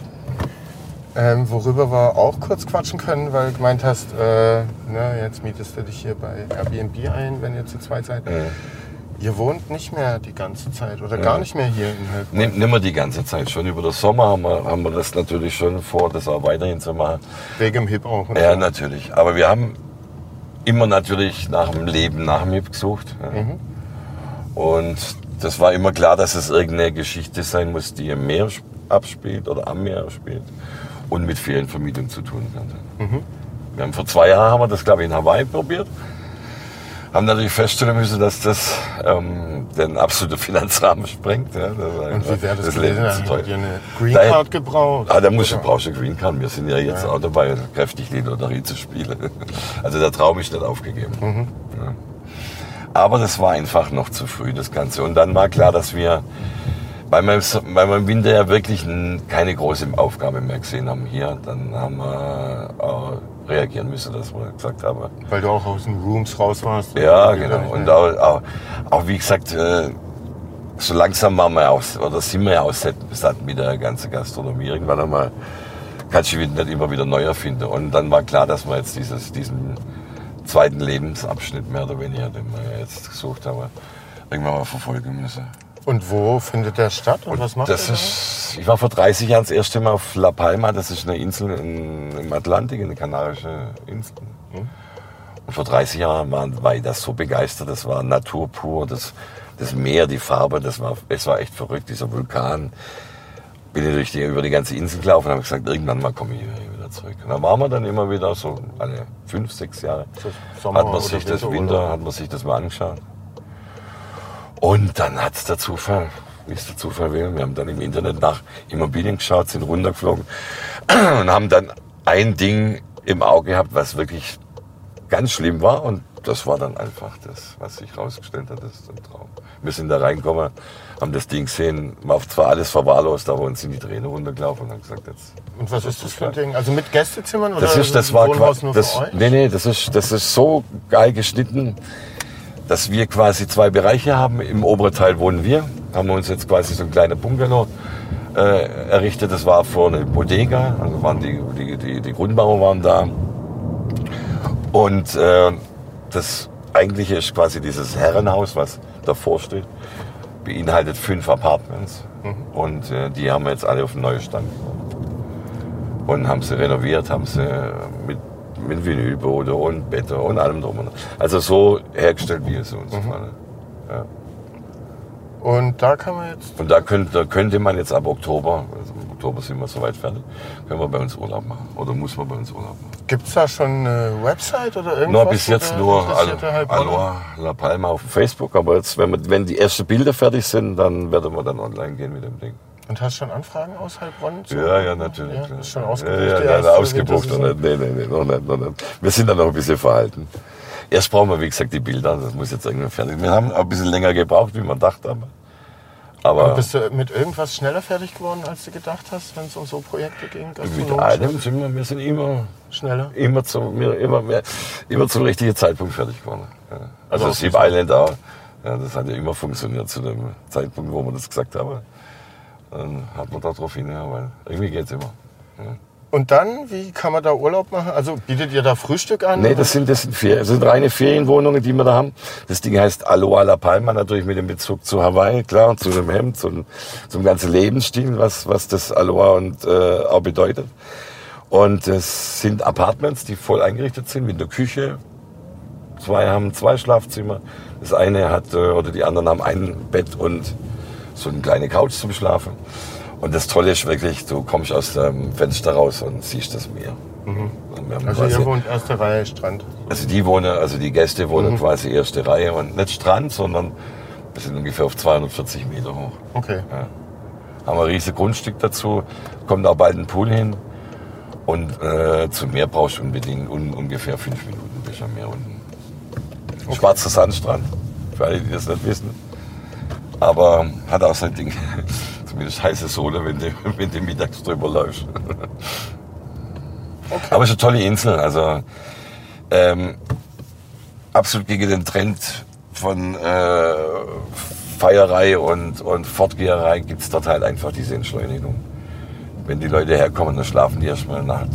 Worüber wir auch kurz quatschen können, weil du gemeint hast, jetzt mietest du dich hier bei Airbnb ein, wenn ihr zu zweit seid. Ihr wohnt nicht mehr die ganze Zeit oder gar nicht mehr hier in Heilbronn. Nicht mehr die ganze Zeit. Schon über den Sommer haben wir das natürlich schon vor, das auch weiterhin zu machen. Wegen dem HIP auch. Ja, natürlich. Aber wir haben immer natürlich nach dem Leben nach dem HIP gesucht. Ja. Und das war immer klar, dass es irgendeine Geschichte sein muss, die im Meer abspielt oder am Meer abspielt und mit Ferienvermietung zu tun hat. Wir haben vor 2 Jahren haben wir das, glaube ich, in Hawaii probiert. Haben natürlich feststellen müssen, dass das den absoluten Finanzrahmen sprengt. Ja. Und wie wäre das gewesen? Leben zu teuer. Habt ihr eine Green Card gebraucht? Da brauchst du eine Green Card. Wir sind ja jetzt auch dabei, kräftig die Lotterie zu spielen. Also der Traum ist nicht aufgegeben. Ja. Aber das war einfach noch zu früh, das Ganze. Und dann war klar, dass wir, weil wir im Winter ja wirklich keine große Aufgabe mehr gesehen haben hier, dann haben wir reagieren müssen, dass wir gesagt haben. Weil du auch aus den Rooms raus warst. Ja, genau. Und auch wie gesagt, so langsam waren wir sind wir ja auch satt mit der ganzen Gastronomie. Irgendwann einmal kannst du nicht immer wieder neu erfinden. Und dann war klar, dass wir jetzt diesen zweiten Lebensabschnitt mehr oder weniger, den wir jetzt gesucht haben, irgendwann mal verfolgen müssen. Und wo findet der statt und was macht das ihr ist, ich war vor 30 Jahren das erste Mal auf La Palma, das ist eine Insel im Atlantik, eine kanarische Insel. Und vor 30 Jahren war ich das so begeistert, das war Natur pur, das Meer, die Farbe, es war echt verrückt, dieser Vulkan. Bin ich über die ganze Insel gelaufen und habe gesagt, irgendwann mal komme ich hier wieder zurück. Und dann waren wir dann immer wieder, so alle 5, 6 Jahre, hat man sich das mal angeschaut. Und dann hat es der Zufall, wie es der Zufall will, wir haben dann im Internet nach Immobilien geschaut, sind runtergeflogen und haben dann ein Ding im Auge gehabt, was wirklich ganz schlimm war. Und das war dann einfach das, was sich rausgestellt hat, das ist ein Traum. Wir sind da reingekommen, haben das Ding gesehen, war zwar alles verwahrlost, aber uns sind die Tränen runtergelaufen und haben gesagt, jetzt. Und was ist das für ein Ding? Also mit Gästezimmern oder das war Wohnhaus nur für euch? Nee, das ist so geil geschnitten, dass wir quasi 2 Bereiche haben. Im oberen Teil wohnen wir, haben wir uns jetzt quasi so ein kleiner Bungalow errichtet. Das war vor eine Bodega, also waren die Grundbauer waren da. Und das eigentliche ist quasi dieses Herrenhaus, was davor steht, beinhaltet 5 Apartments. Und die haben wir jetzt alle auf den neuen Stand gebracht. Und haben sie renoviert, haben sie mit Vinylboden und Bett und allem drum und dran. Also so hergestellt, wie es uns gefallen. Ja. Und da kann man jetzt... Und da könnte man jetzt ab Oktober, also im Oktober sind wir soweit fertig, können wir bei uns Urlaub machen. Oder muss man bei uns Urlaub machen. Gibt es da schon eine Website oder irgendwas? Bis jetzt nur Aloha La Palma auf Facebook. Aber jetzt, wenn die ersten Bilder fertig sind, dann werden wir dann online gehen mit dem Ding. Und hast du schon Anfragen aus Heilbronn? Ja, natürlich. Ja, ist schon ausgebucht? Ja, ausgebucht. Nee, noch nicht. Wir sind da noch ein bisschen verhalten. Erst brauchen wir, wie gesagt, die Bilder. Das muss jetzt irgendwie fertig. Wir haben auch ein bisschen länger gebraucht, wie wir gedacht haben. Aber bist du mit irgendwas schneller fertig geworden, als du gedacht hast, wenn es um so Projekte ging? Mit allem sind wir sind immer schneller, immer zum richtigen Zeitpunkt fertig geworden. Ja. Also das Hip Island auch. Ja, das hat ja immer funktioniert zu dem Zeitpunkt, wo wir das gesagt haben. Dann hat man da drauf hin, ja, weil irgendwie geht's immer. Ja. Und dann, wie kann man da Urlaub machen? Also bietet ihr da Frühstück an? Nee, das sind reine Ferienwohnungen, die wir da haben. Das Ding heißt Aloha La Palma, natürlich mit dem Bezug zu Hawaii, klar, und zu dem Hemd, zum ganzen Lebensstil, was das Aloha und auch bedeutet. Und es sind Apartments, die voll eingerichtet sind, mit einer Küche. 2 haben 2 Schlafzimmer. Das eine hat, oder die anderen haben ein Bett und so eine kleine Couch zum Schlafen. Und das Tolle ist wirklich, du kommst aus dem Fenster raus und siehst das Meer. haben Also ihr wohnt erste Reihe Strand? Also die Gäste wohnen quasi erste Reihe und nicht Strand, sondern wir sind ungefähr auf 240 Meter hoch. Okay. Ja. Haben wir ein riesiges Grundstück dazu, kommt auch bald ein Pool hin und zum Meer brauchst du unbedingt ungefähr 5 Minuten bis am Meer unten. Okay. Schwarzer Sandstrand, für alle, die das nicht wissen. Aber hat auch sein Ding. Zumindest heiße Sohle, wenn du mittags drüber läufst. Okay. Aber es ist eine tolle Insel. Also absolut gegen den Trend von Feierei und Fortgeherei gibt es dort halt einfach diese Entschleunigung. Wenn die Leute herkommen, dann schlafen die erstmal eine Nacht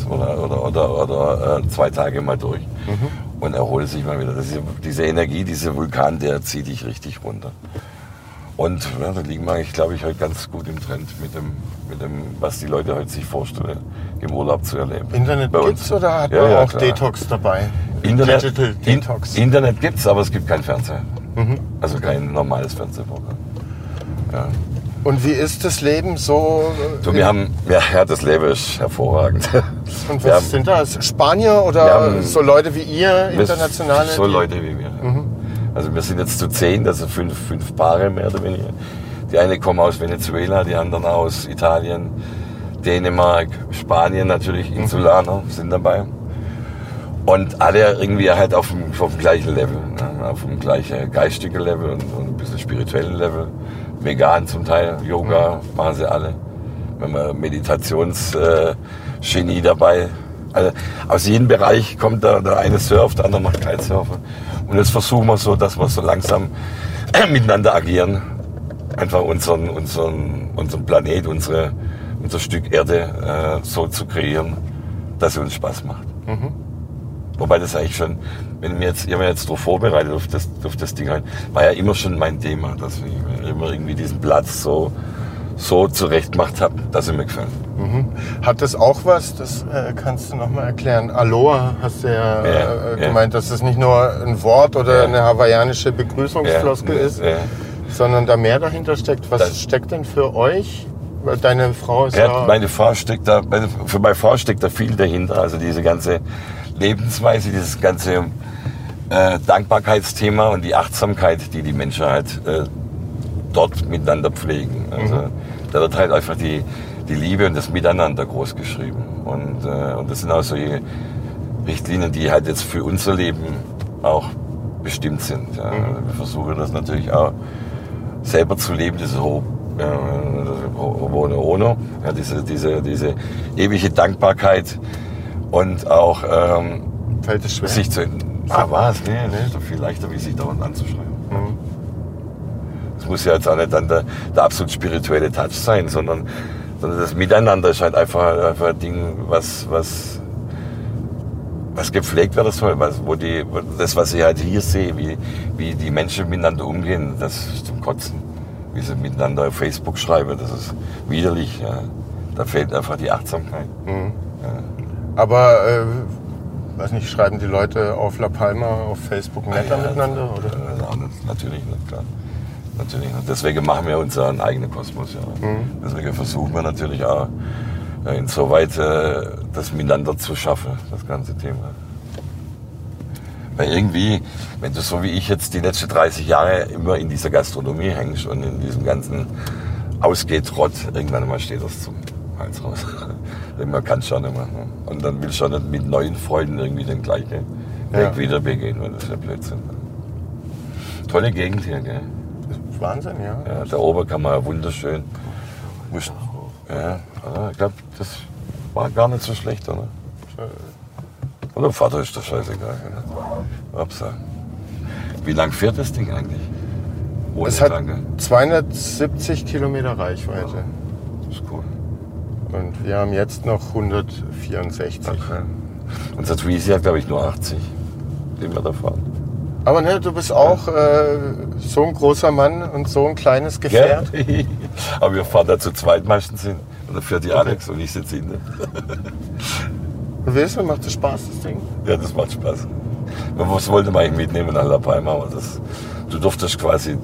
oder 2 Tage mal durch und erholen sich mal wieder. Diese Energie, dieser Vulkan, der zieht dich richtig runter. Und ja, da liegen wir eigentlich, glaube ich, heute ganz gut im Trend mit dem, was die Leute heute sich vorstellen, im Urlaub zu erleben. Internet gibt's oder hat man auch klar. Detox dabei? Digital Detox? Internet gibt's, aber es gibt kein Fernseher. Also kein normales Fernsehprogramm. Ja. Und wie ist das Leben so? Das Leben ist hervorragend. Und was sind das? Spanier oder so Leute wie ihr, internationale? So Leute wie wir. Also wir sind jetzt zu 10, das sind 5 Paare mehr oder weniger. Die eine kommen aus Venezuela, die anderen aus Italien, Dänemark, Spanien natürlich, Insulaner sind dabei. Und alle irgendwie halt auf dem gleichen Level, ne? Auf dem gleichen geistigen Level und ein bisschen spirituellen Level. Vegan zum Teil, Yoga machen sie alle. Wir haben Meditationsgenie dabei. Also aus jedem Bereich kommt der eine surft, der andere macht Kitesurfen. Und jetzt versuchen wir so, dass wir so langsam miteinander agieren. Einfach unseren Planet, unser Stück Erde so zu kreieren, dass es uns Spaß macht. Wobei das eigentlich schon, ich habe mich jetzt darauf vorbereitet, auf das Ding halt, war ja immer schon mein Thema, dass ich immer irgendwie diesen Platz so zurecht gemacht habe, dass er mir gefällt. Hat das auch was, das kannst du nochmal erklären? Aloha hast du ja gemeint, dass das nicht nur ein Wort oder eine hawaiianische Begrüßungsfloskel ist, sondern da mehr dahinter steckt. Was steckt denn für euch? Weil deine Frau ist für meine Frau steckt da viel dahinter, also diese ganze Lebensweise, dieses ganze Dankbarkeitsthema und die Achtsamkeit, die Menschen halt dort miteinander pflegen. Also da wird halt einfach die Liebe und das Miteinander groß geschrieben. Und das sind auch solche Richtlinien, die halt jetzt für unser Leben auch bestimmt sind. Ja. Wir versuchen das natürlich auch selber zu leben, diese Ho'oponopono, ja, diese ewige Dankbarkeit und auch fällt es schwer? Sich zu... was? Nee, ist doch viel leichter, wie sich dauernd anzuschreiben. Das muss ja jetzt auch nicht dann der absolut spirituelle Touch sein, sondern das Miteinander ist halt einfach ein Ding, was gepflegt werden soll, was ich halt hier sehe, wie die Menschen miteinander umgehen, das ist zum Kotzen. Wie sie miteinander auf Facebook schreiben, das ist widerlich. Ja. Da fehlt einfach die Achtsamkeit. Ja. Aber, weiß nicht, schreiben die Leute auf La Palma auf Facebook netter miteinander? Oder? Natürlich nicht, klar. Natürlich nicht. Deswegen machen wir unseren eigenen Kosmos. Ja. Deswegen versuchen wir natürlich auch insoweit das Miteinander zu schaffen, das ganze Thema. Weil irgendwie, wenn du so wie ich jetzt die letzten 30 Jahre immer in dieser Gastronomie hängst und in diesem ganzen Ausgeht-Trott, irgendwann mal steht das zum Hals raus. Man kann es schon nicht mehr. Ne? Und dann willst du nicht mit neuen Freunden irgendwie den gleichen Weg wieder begehen, weil das ist ja Blödsinn. Tolle Gegend hier, gell? Das ist Wahnsinn, ja. Der Oberkammer, wunderschön. Ja, ich glaube, das war gar nicht so schlecht, oder? Oder Vater ist das scheißegal. Ne? Wie lang fährt das Ding eigentlich? Ohne es hat 270 Kilometer Reichweite. Das ist cool. Und wir haben jetzt noch 164. Okay. Unser Twizy hat, glaube ich, nur 80, den wir da fahren. Aber ne, du bist auch so ein großer Mann und so ein kleines Gefährt. Ja. Aber wir fahren da zu zweit meistens hin. Und dann fährt die Alex und ich sitze hinten. Und weißt du, macht das Spaß, das Ding? Ja, das macht Spaß. Was wollte man eigentlich mitnehmen nach La Palma? Aber du durftest quasi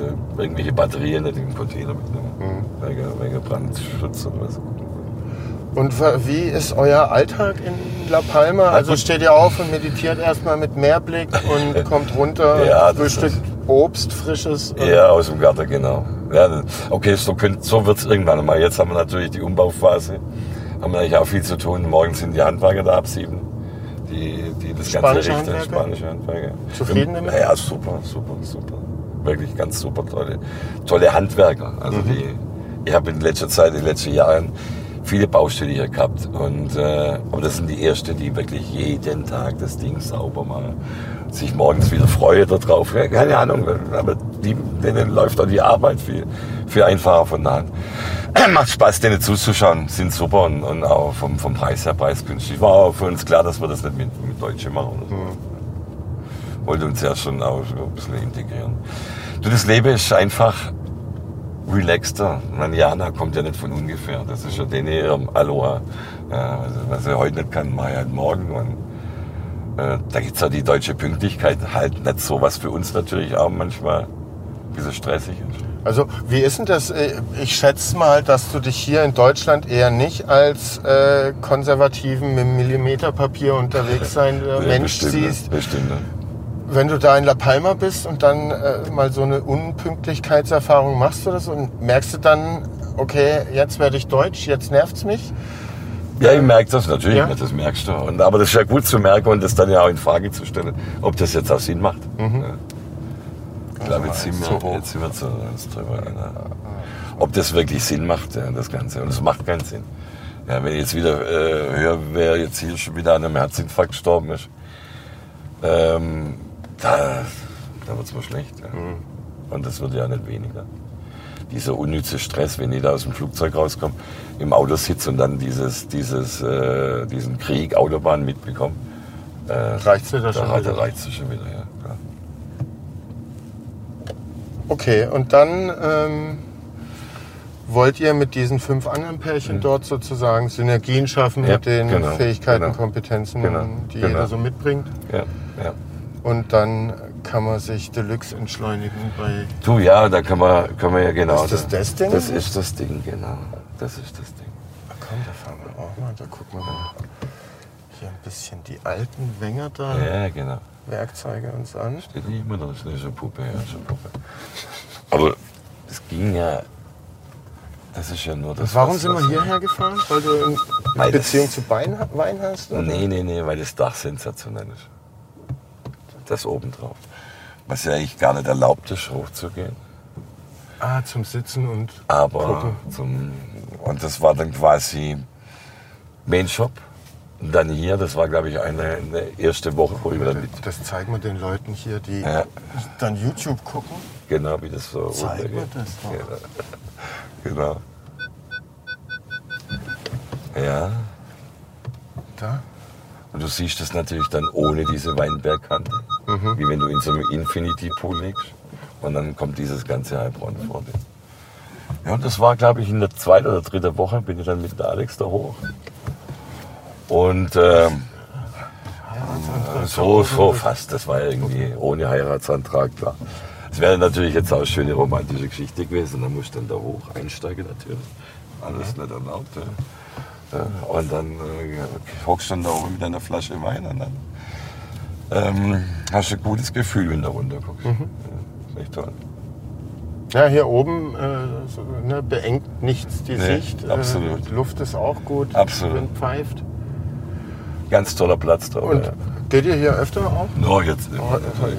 irgendwelche Batterien nicht in den Container mitnehmen. Wegen Brandschutz oder was. Und wie ist euer Alltag in La Palma? Also steht ihr auf und meditiert erstmal mit Meerblick und kommt runter Ja, und frühstückt Obst, frisches? Ja, aus dem Garten, genau. Ja, okay, so wird es irgendwann mal. Jetzt haben wir natürlich die Umbauphase. Haben wir eigentlich auch viel zu tun. Morgen sind die Handwerker da ab 7. Die das Ganze richten. Spanische Handwerker. Zufrieden damit? Ja, super. Wirklich ganz super tolle Handwerker. Also ich habe in den letzten Jahren viele Baustellen hier gehabt. Aber das sind die ersten, die wirklich jeden Tag das Ding sauber machen. Sich morgens wieder freuen darauf. Ja, keine Ahnung, aber denen läuft auch die Arbeit viel einfacher von der Hand. Macht Spaß, denen zuzuschauen, sind super und auch vom Preis her preisgünstig. War auch für uns klar, dass wir das nicht mit Deutschen machen oder so. Wollte uns ja schon auch ein bisschen integrieren. Das Leben ist einfach relaxter. Jana kommt ja nicht von ungefähr. Das ist ja denen ihrem Aloha. Ja, also, was er heute nicht kann, mache ich halt morgen. Und da gibt es ja die deutsche Pünktlichkeit halt nicht so, was für uns natürlich auch manchmal ein bisschen stressig ist. Also wie ist denn das? Ich schätze mal, dass du dich hier in Deutschland eher nicht als konservativen mit Millimeterpapier unterwegs sein Mensch siehst. Bestimmt. Wenn du da in La Palma bist und dann mal so eine Unpünktlichkeitserfahrung machst oder so, und merkst du dann, okay, jetzt werde ich deutsch, jetzt nervt's mich? Ja, ich merke das natürlich, ja? Das merkst du. Aber das ist ja gut zu merken und das dann ja auch in Frage zu stellen, ob das jetzt auch Sinn macht. Ja. Ich glaube, jetzt sind wir zu drüber. Ob das wirklich Sinn macht, das Ganze. Und es macht keinen Sinn. Ja, wenn ich jetzt wieder höre, wer jetzt hier schon wieder an einem Herzinfarkt gestorben ist, da wird es mir schlecht. Ja. Und das wird ja nicht weniger. Dieser unnütze Stress, wenn ich da aus dem Flugzeug rauskomme, im Auto sitze und dann diesen Krieg, Autobahn mitbekomme. Reicht's dir da schon wieder? Da reicht's dir schon wieder, ja. Klar. Okay, und dann wollt ihr mit diesen 5 anderen Pärchen dort sozusagen Synergien schaffen mit den Fähigkeiten, Kompetenzen, die jeder so mitbringt? Ja. Und dann kann man sich Deluxe entschleunigen bei... Du, ja, da kann man ja genau... Ist das Ding? Das ist das Ding, genau. Das ist das Ding. Na komm, da fahren wir auch mal. Da gucken wir mal hier ein bisschen die alten Wenger da. Ja, genau. Werkzeuge uns an. Steht nicht immer, das ist eine Puppe, ja, schon Puppe. Aber es ging ja... Das ist ja nur das... Warum sind wir hierher gefahren? Weil du eine Beziehung zu Wein hast? Oder? Nee, weil das Dach sensationell ist. Das obendrauf. Was ja eigentlich gar nicht erlaubt ist, hochzugehen. Zum Sitzen und Aber und das war dann quasi Main Shop. Und dann hier, das war glaube ich eine erste Woche, wo ich dann mit... Das zeigen wir den Leuten hier, die dann YouTube gucken. Genau, wie das so zeigen wir das doch. Genau. Ja. Da. Und du siehst das natürlich dann ohne diese Weinbergkante. Wie wenn du in so einem Infinity Pool liegst. Und dann kommt dieses ganze Heilbronn vor dir. Ja, und das war, glaube ich, in der 2. oder 3. Woche bin ich dann mit der Alex da hoch. Und so fast. Das war irgendwie ohne Heiratsantrag, klar. Es wäre natürlich jetzt auch eine schöne romantische Geschichte gewesen. Da musst du dann da hoch einsteigen natürlich. Alles nicht erlaubt. Ja. Und dann hockst du dann da oben mit einer Flasche Wein und dann hast du ein gutes Gefühl, wenn du runter guckst. Ja, ist echt toll. Ja, hier oben beengt nichts die Sicht. Absolut. Die Luft ist auch gut. Absolut. Wind pfeift. Ganz toller Platz da. Und geht ihr hier öfter auch? No, jetzt nicht.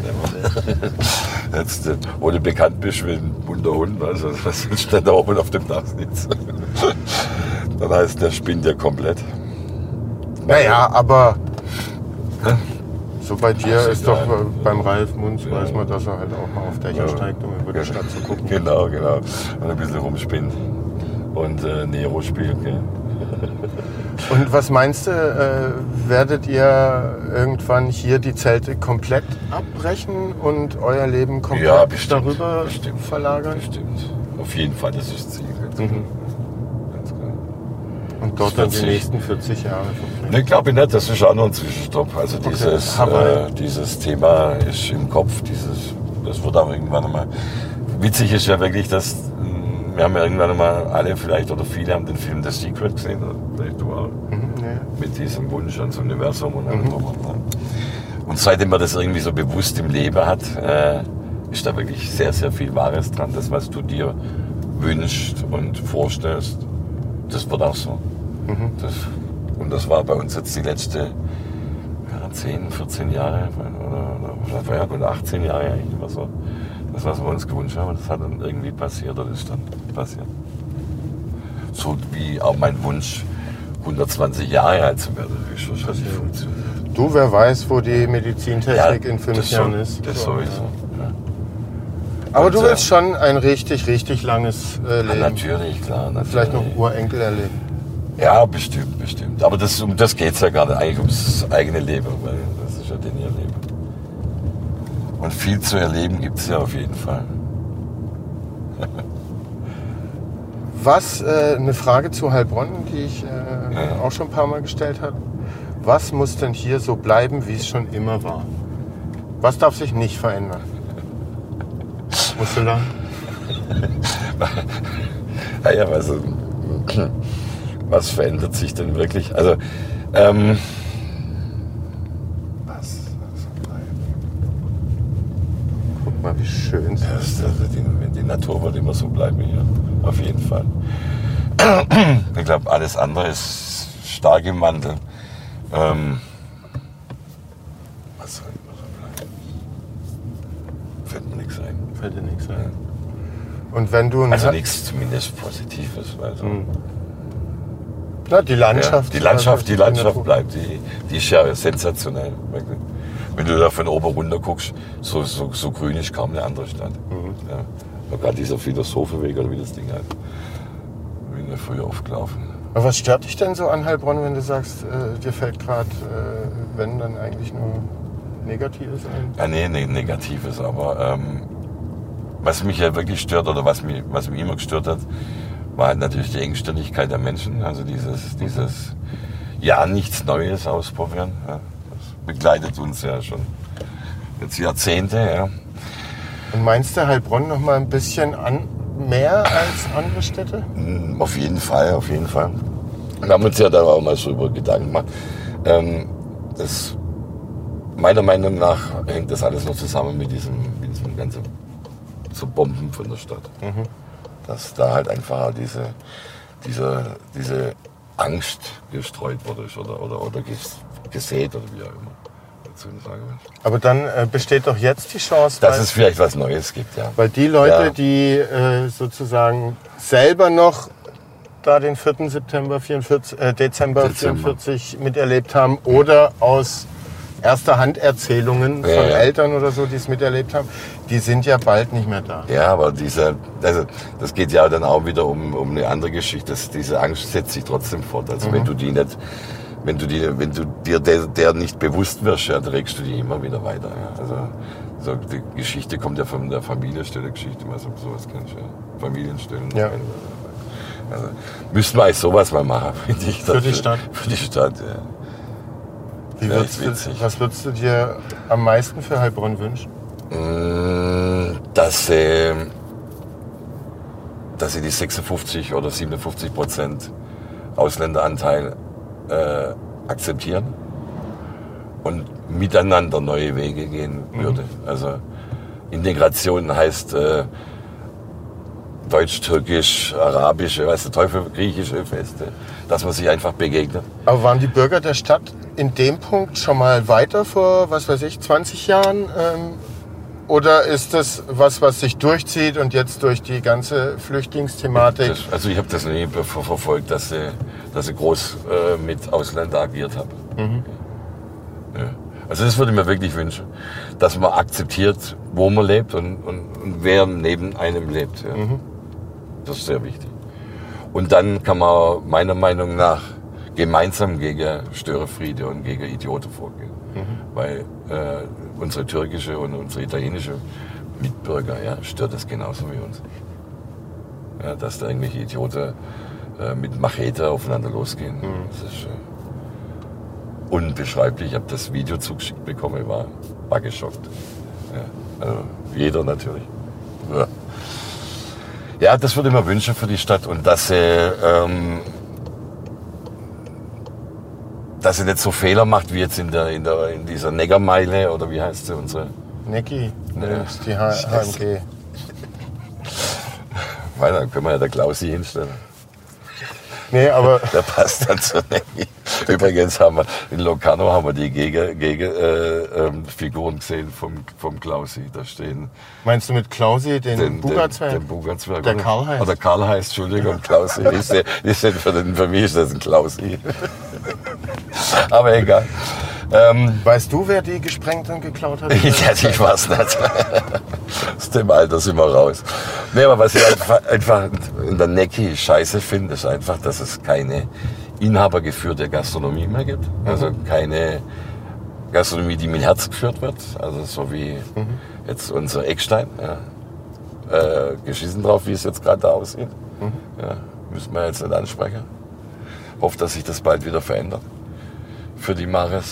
Jetzt, wo du bekannt bist wie ein bunter Hund, also was steht da oben auf dem Dach sitzt. Dann heißt, der spinnt ja komplett. Naja, aber so bei dir ist doch beim Ralf Munz, weiß man, dass er halt auch mal auf Dächer steigt, um über die Stadt zu gucken. Genau. Und ein bisschen rumspinnt. Und Nero spielt, gell? Und was meinst du, werdet ihr irgendwann hier die Zelte komplett abbrechen und euer Leben komplett darüber verlagern? Bestimmt. Auf jeden Fall, das ist das Ziel. Ganz klar. Und dort dann die nächsten 40 Jahre verbringen? Ne, glaube ich nicht, das ist auch noch ein Zwischenstopp. Also dieses Thema ist im Kopf, das wird auch irgendwann einmal... Witzig ist ja wirklich, dass wir haben ja irgendwann mal alle vielleicht oder viele haben den Film The Secret gesehen, oder vielleicht du auch, mit diesem Wunsch ans Universum und allem drum und dran. Und seitdem man das irgendwie so bewusst im Leben hat, ist da wirklich sehr, sehr viel Wahres dran. Das, was du dir wünschst und vorstellst, das wird auch so. Und das war bei uns jetzt die letzte 10, 14 Jahre oder 18 Jahre eigentlich immer so. Das, was wir uns gewünscht haben, das hat dann irgendwie passiert oder ist dann passiert. So wie auch mein Wunsch, 120 Jahre alt zu werden, ist wahrscheinlich funktioniert. Du, wer weiß, wo die Medizintechnik in 5 Jahren ist. Das sowieso. Ja. Aber Und, du willst schon ein richtig, richtig langes Leben. Ja, natürlich, klar. Natürlich. Vielleicht noch Urenkel erleben. Ja, bestimmt. Aber um das geht es ja gar nicht, eigentlich ums eigene Leben, weil das ist ja denn ihr Leben. Und viel zu erleben gibt es ja auf jeden Fall. Was, eine Frage zu Heilbronn, die ich auch schon ein paar Mal gestellt habe. Was muss denn hier so bleiben, wie es schon immer war? Was darf sich nicht verändern? Musst du lang? Ja, also, was verändert sich denn wirklich? Also, Guck mal, wie schön es ist. Die Natur wird immer so bleiben hier, auf jeden Fall. Ich glaube, alles andere ist stark im Wandel. Was soll immer so bleiben? Fällt mir nichts ein. Fällt dir nichts ein. Und wenn du... Also nichts zumindest Positives. Also, Na, die Landschaft. Ja, die Landschaft bleibt. Die ist ja sensationell. Wirklich. Wenn du da von oben runter guckst, so grün ist kaum eine andere Stadt. Ja. Gerade dieser Philosophenweg oder wie das Ding heißt. Bin ja früher aufgelaufen. Aber was stört dich denn so an Heilbronn, wenn du sagst, dir fällt gerade, wenn, dann eigentlich nur Negatives ein? Ja, nee, Negatives, aber was mich ja wirklich stört oder was mich immer gestört hat, war halt natürlich die Engstirnigkeit der Menschen. Also dieses ja, nichts Neues ausprobieren. Ja. Das begleitet uns ja schon jetzt Jahrzehnte. Ja. Und meinst du Heilbronn noch mal ein bisschen mehr als andere Städte? Auf jeden Fall. Wir haben uns ja da auch mal so über Gedanken gemacht. Meiner Meinung nach hängt das alles noch zusammen mit diesem ganzen so Bomben von der Stadt. Dass da halt einfach diese Angst gestreut wurde oder gesät oder wie auch immer. Aber dann besteht doch jetzt die Chance, dass es vielleicht was Neues gibt, ja. Weil die Leute, die sozusagen selber noch da den 4. Dezember 44 miterlebt haben oder aus erster Hand Erzählungen von Eltern oder so, die es miterlebt haben, die sind ja bald nicht mehr da. Ja, aber das geht ja dann auch wieder um eine andere Geschichte. Diese Angst setzt sich trotzdem fort. Also wenn du dir der nicht bewusst wirst, ja, trägst du die immer wieder weiter. Ja. Also so, die Geschichte kommt ja von der Familienstelle-Geschichte, was du sowas kennst, ja. Familienstellen. Ja. Also müssten wir eigentlich sowas mal machen, finde ich. Für die Stadt? Für die Stadt, ja. Was würdest du dir am meisten für Heilbronn wünschen? Dass sie die 56 oder 57% Ausländeranteil akzeptieren und miteinander neue Wege gehen würde. Also Integration heißt Deutsch, Türkisch, Arabisch, weißt du, Teufel, griechische Feste, dass man sich einfach begegnet. Aber waren die Bürger der Stadt in dem Punkt schon mal weiter vor, 20 Jahren? Oder ist das was sich durchzieht und jetzt durch die ganze Flüchtlingsthematik? Also ich habe das nie verfolgt, dass sie groß mit Ausländern agiert haben. Ja. Also das würde ich mir wirklich wünschen, dass man akzeptiert, wo man lebt und wer neben einem lebt. Ja. Das ist sehr wichtig. Und dann kann man meiner Meinung nach gemeinsam gegen Störefriede und gegen Idioten vorgehen. Weil unsere türkische und unsere italienische Mitbürger stört das genauso wie uns. Ja, dass da irgendwelche Idioten mit Machete aufeinander losgehen. Das ist unbeschreiblich. Ich habe das Video zugeschickt bekommen, war geschockt. Ja, also jeder natürlich. Ja, das würde ich mir wünschen für die Stadt und dass sie nicht so Fehler macht wie jetzt in dieser Neckarmeile oder wie heißt sie unsere? Necki, Ne. ist die HMG. Weil dann können wir ja der Klausi hinstellen. Nee, aber Der passt dann zur Necki. Übrigens haben wir in Locarno die Figuren gesehen vom Klausi. Da stehen meinst du mit Klausi den Buga-Zwerg? Den Buga-Zwerg. Der Karl heißt. Oder Karl heißt, Entschuldigung, Klausi. Für mich ist das ein Klausi. Aber egal. Weißt du, wer die gesprengt und geklaut hat? Ich weiß nicht. Aus dem Alter sind wir raus. Nee, aber was ich einfach in der Necki scheiße finde, ist einfach, dass es keine inhabergeführte Gastronomie mehr gibt. Also keine Gastronomie, die mit Herz geführt wird. Also so wie jetzt unser Eckstein. Ja. Geschissen drauf, wie es jetzt gerade da aussieht. Ja, müssen wir jetzt nicht ansprechen. Hoffe, dass sich das bald wieder verändert. Für die Mares.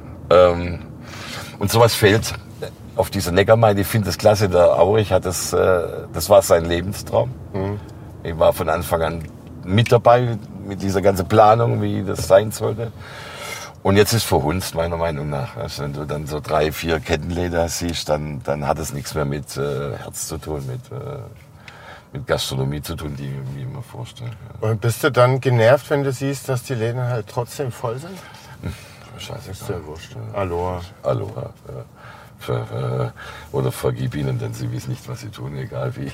Und sowas fehlt auf dieser Neckarmeile. Ich finde das klasse. Der Aurich hat das war sein Lebenstraum. Ich war von Anfang an mit dabei, mit dieser ganzen Planung, wie das sein sollte. Und jetzt ist verhunzt, meiner Meinung nach. Also wenn du dann so 3, 4 Kettenleder siehst, dann hat es nichts mehr mit Herz zu tun, mit Gastronomie zu tun, die wie ich mir vorstelle. Ja. Und bist du dann genervt, wenn du siehst, dass die Läden halt trotzdem voll sind? Scheiße. Ist ja wurscht. Aloha. Aloha. Ja. Oder vergib ihnen, denn sie wissen nicht, was sie tun, egal wie.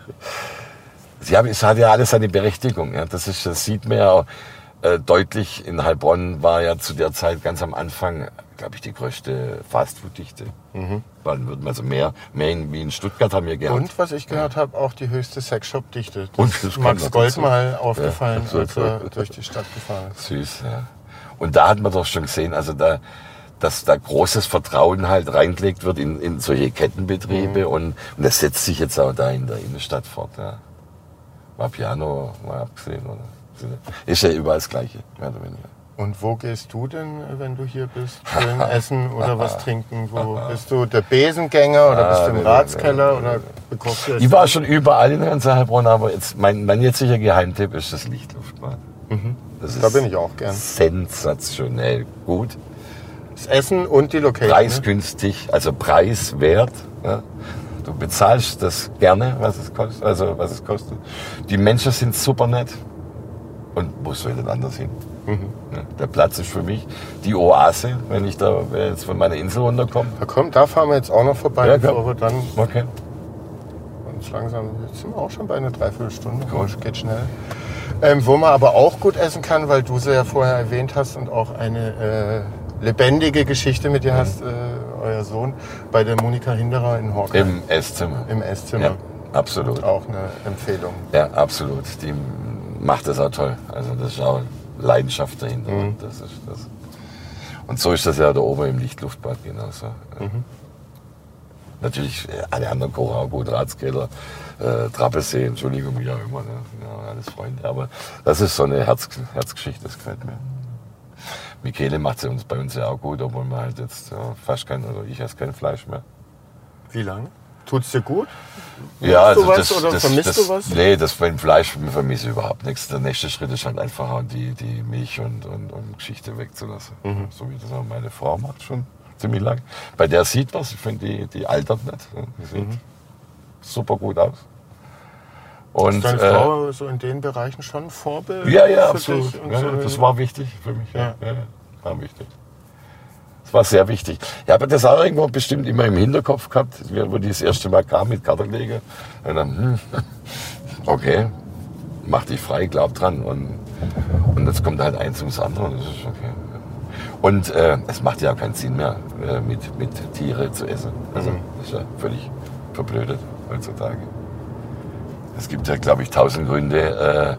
Es hat ja alles seine Berechtigung. Ja. Das sieht man ja auch, deutlich. In Heilbronn war ja zu der Zeit ganz am Anfang, glaube ich, die größte Fastfood-Dichte. Baden-Württemberg, also mehr wie in Stuttgart haben wir gehabt. Und was ich gehört habe, auch die höchste Sexshop-Dichte. Und Das das ist Max kommt Gold dazu. mal aufgefallen, Ja, als er durch die Stadt gefahren ist. Süß, ja. Und da hat man doch schon gesehen, also dass da großes Vertrauen halt reingelegt wird in solche Kettenbetriebe und das setzt sich jetzt auch da in der Innenstadt fort. Ja. Piano mal abgesehen, oder? Ist ja überall das Gleiche, mehr oder weniger. Und wo gehst du denn, wenn du hier bist? Schön essen oder was trinken? Wo bist du der Besengänger oder bist du im Ratskeller oder bekochst du Ich war schon überall in ganz Heilbronn, aber jetzt mein jetziger Geheimtipp ist das Lichtluftbad. Das Da bin ich auch gern. sensationell gut. Das Essen und die Location. Preisgünstig, also preiswert. Ja. Du bezahlst das gerne, was es kostet. Die Menschen sind super nett. Und wo soll denn anders hin? Ja, der Platz ist für mich die Oase, wenn ich da jetzt von meiner Insel runterkomme. Da fahren wir jetzt auch noch vorbei, Ja, bevor wir dann Okay. uns langsam, jetzt sind wir auch schon bei einer Dreiviertelstunde, Gut. geht schnell. Wo man aber auch gut essen kann, weil du sie ja vorher erwähnt hast und auch eine lebendige Geschichte mit dir hast, euer Sohn, bei der Monika Hinderer in Horkheim. Im Esszimmer. Im Esszimmer. Ja, absolut. Auch eine Empfehlung. Ja, absolut. Die macht das auch toll. Also das ist auch Leidenschaft dahinter. Und das ist das. Und so ist das ja da oben im Lichtluftbad genauso. Natürlich alle anderen kochen auch gut, Ratskeller, Trappelsee, Entschuldigung, wie auch immer. Ne? Ja, alles Freunde. Aber das ist so eine Herzgeschichte, das gefällt mir. Michele macht sie bei uns ja auch gut, obwohl man halt jetzt fast ich esse kein Fleisch mehr. Wie lange? Tut's dir gut? Ja, du was oder vermisst du was? Nee, das beim Fleisch vermisse ich überhaupt nichts. Der nächste Schritt ist halt einfach auch die Milch und Geschichte wegzulassen. So wie das auch meine Frau macht schon ziemlich lang. Bei der sieht man, ich finde, die altert nicht. Die sieht super gut aus. Und, ist deine Frau so in den Bereichen schon ein Vorbild? ja, für absolut. dich und Ja, so? das war wichtig für mich. Ja. Ja, war wichtig. Das war sehr wichtig. Ich habe das auch irgendwo bestimmt immer im Hinterkopf gehabt, wo die das erste Mal kam mit Kartenleger. Und dann, okay, mach dich frei, glaub dran. Und jetzt kommt halt eins ums andere und das ist okay. Und es macht ja auch keinen Sinn mehr, mit Tiere zu essen. Also das ist ja völlig verblödet heutzutage. Es gibt ja, glaube ich, 1000 Gründe.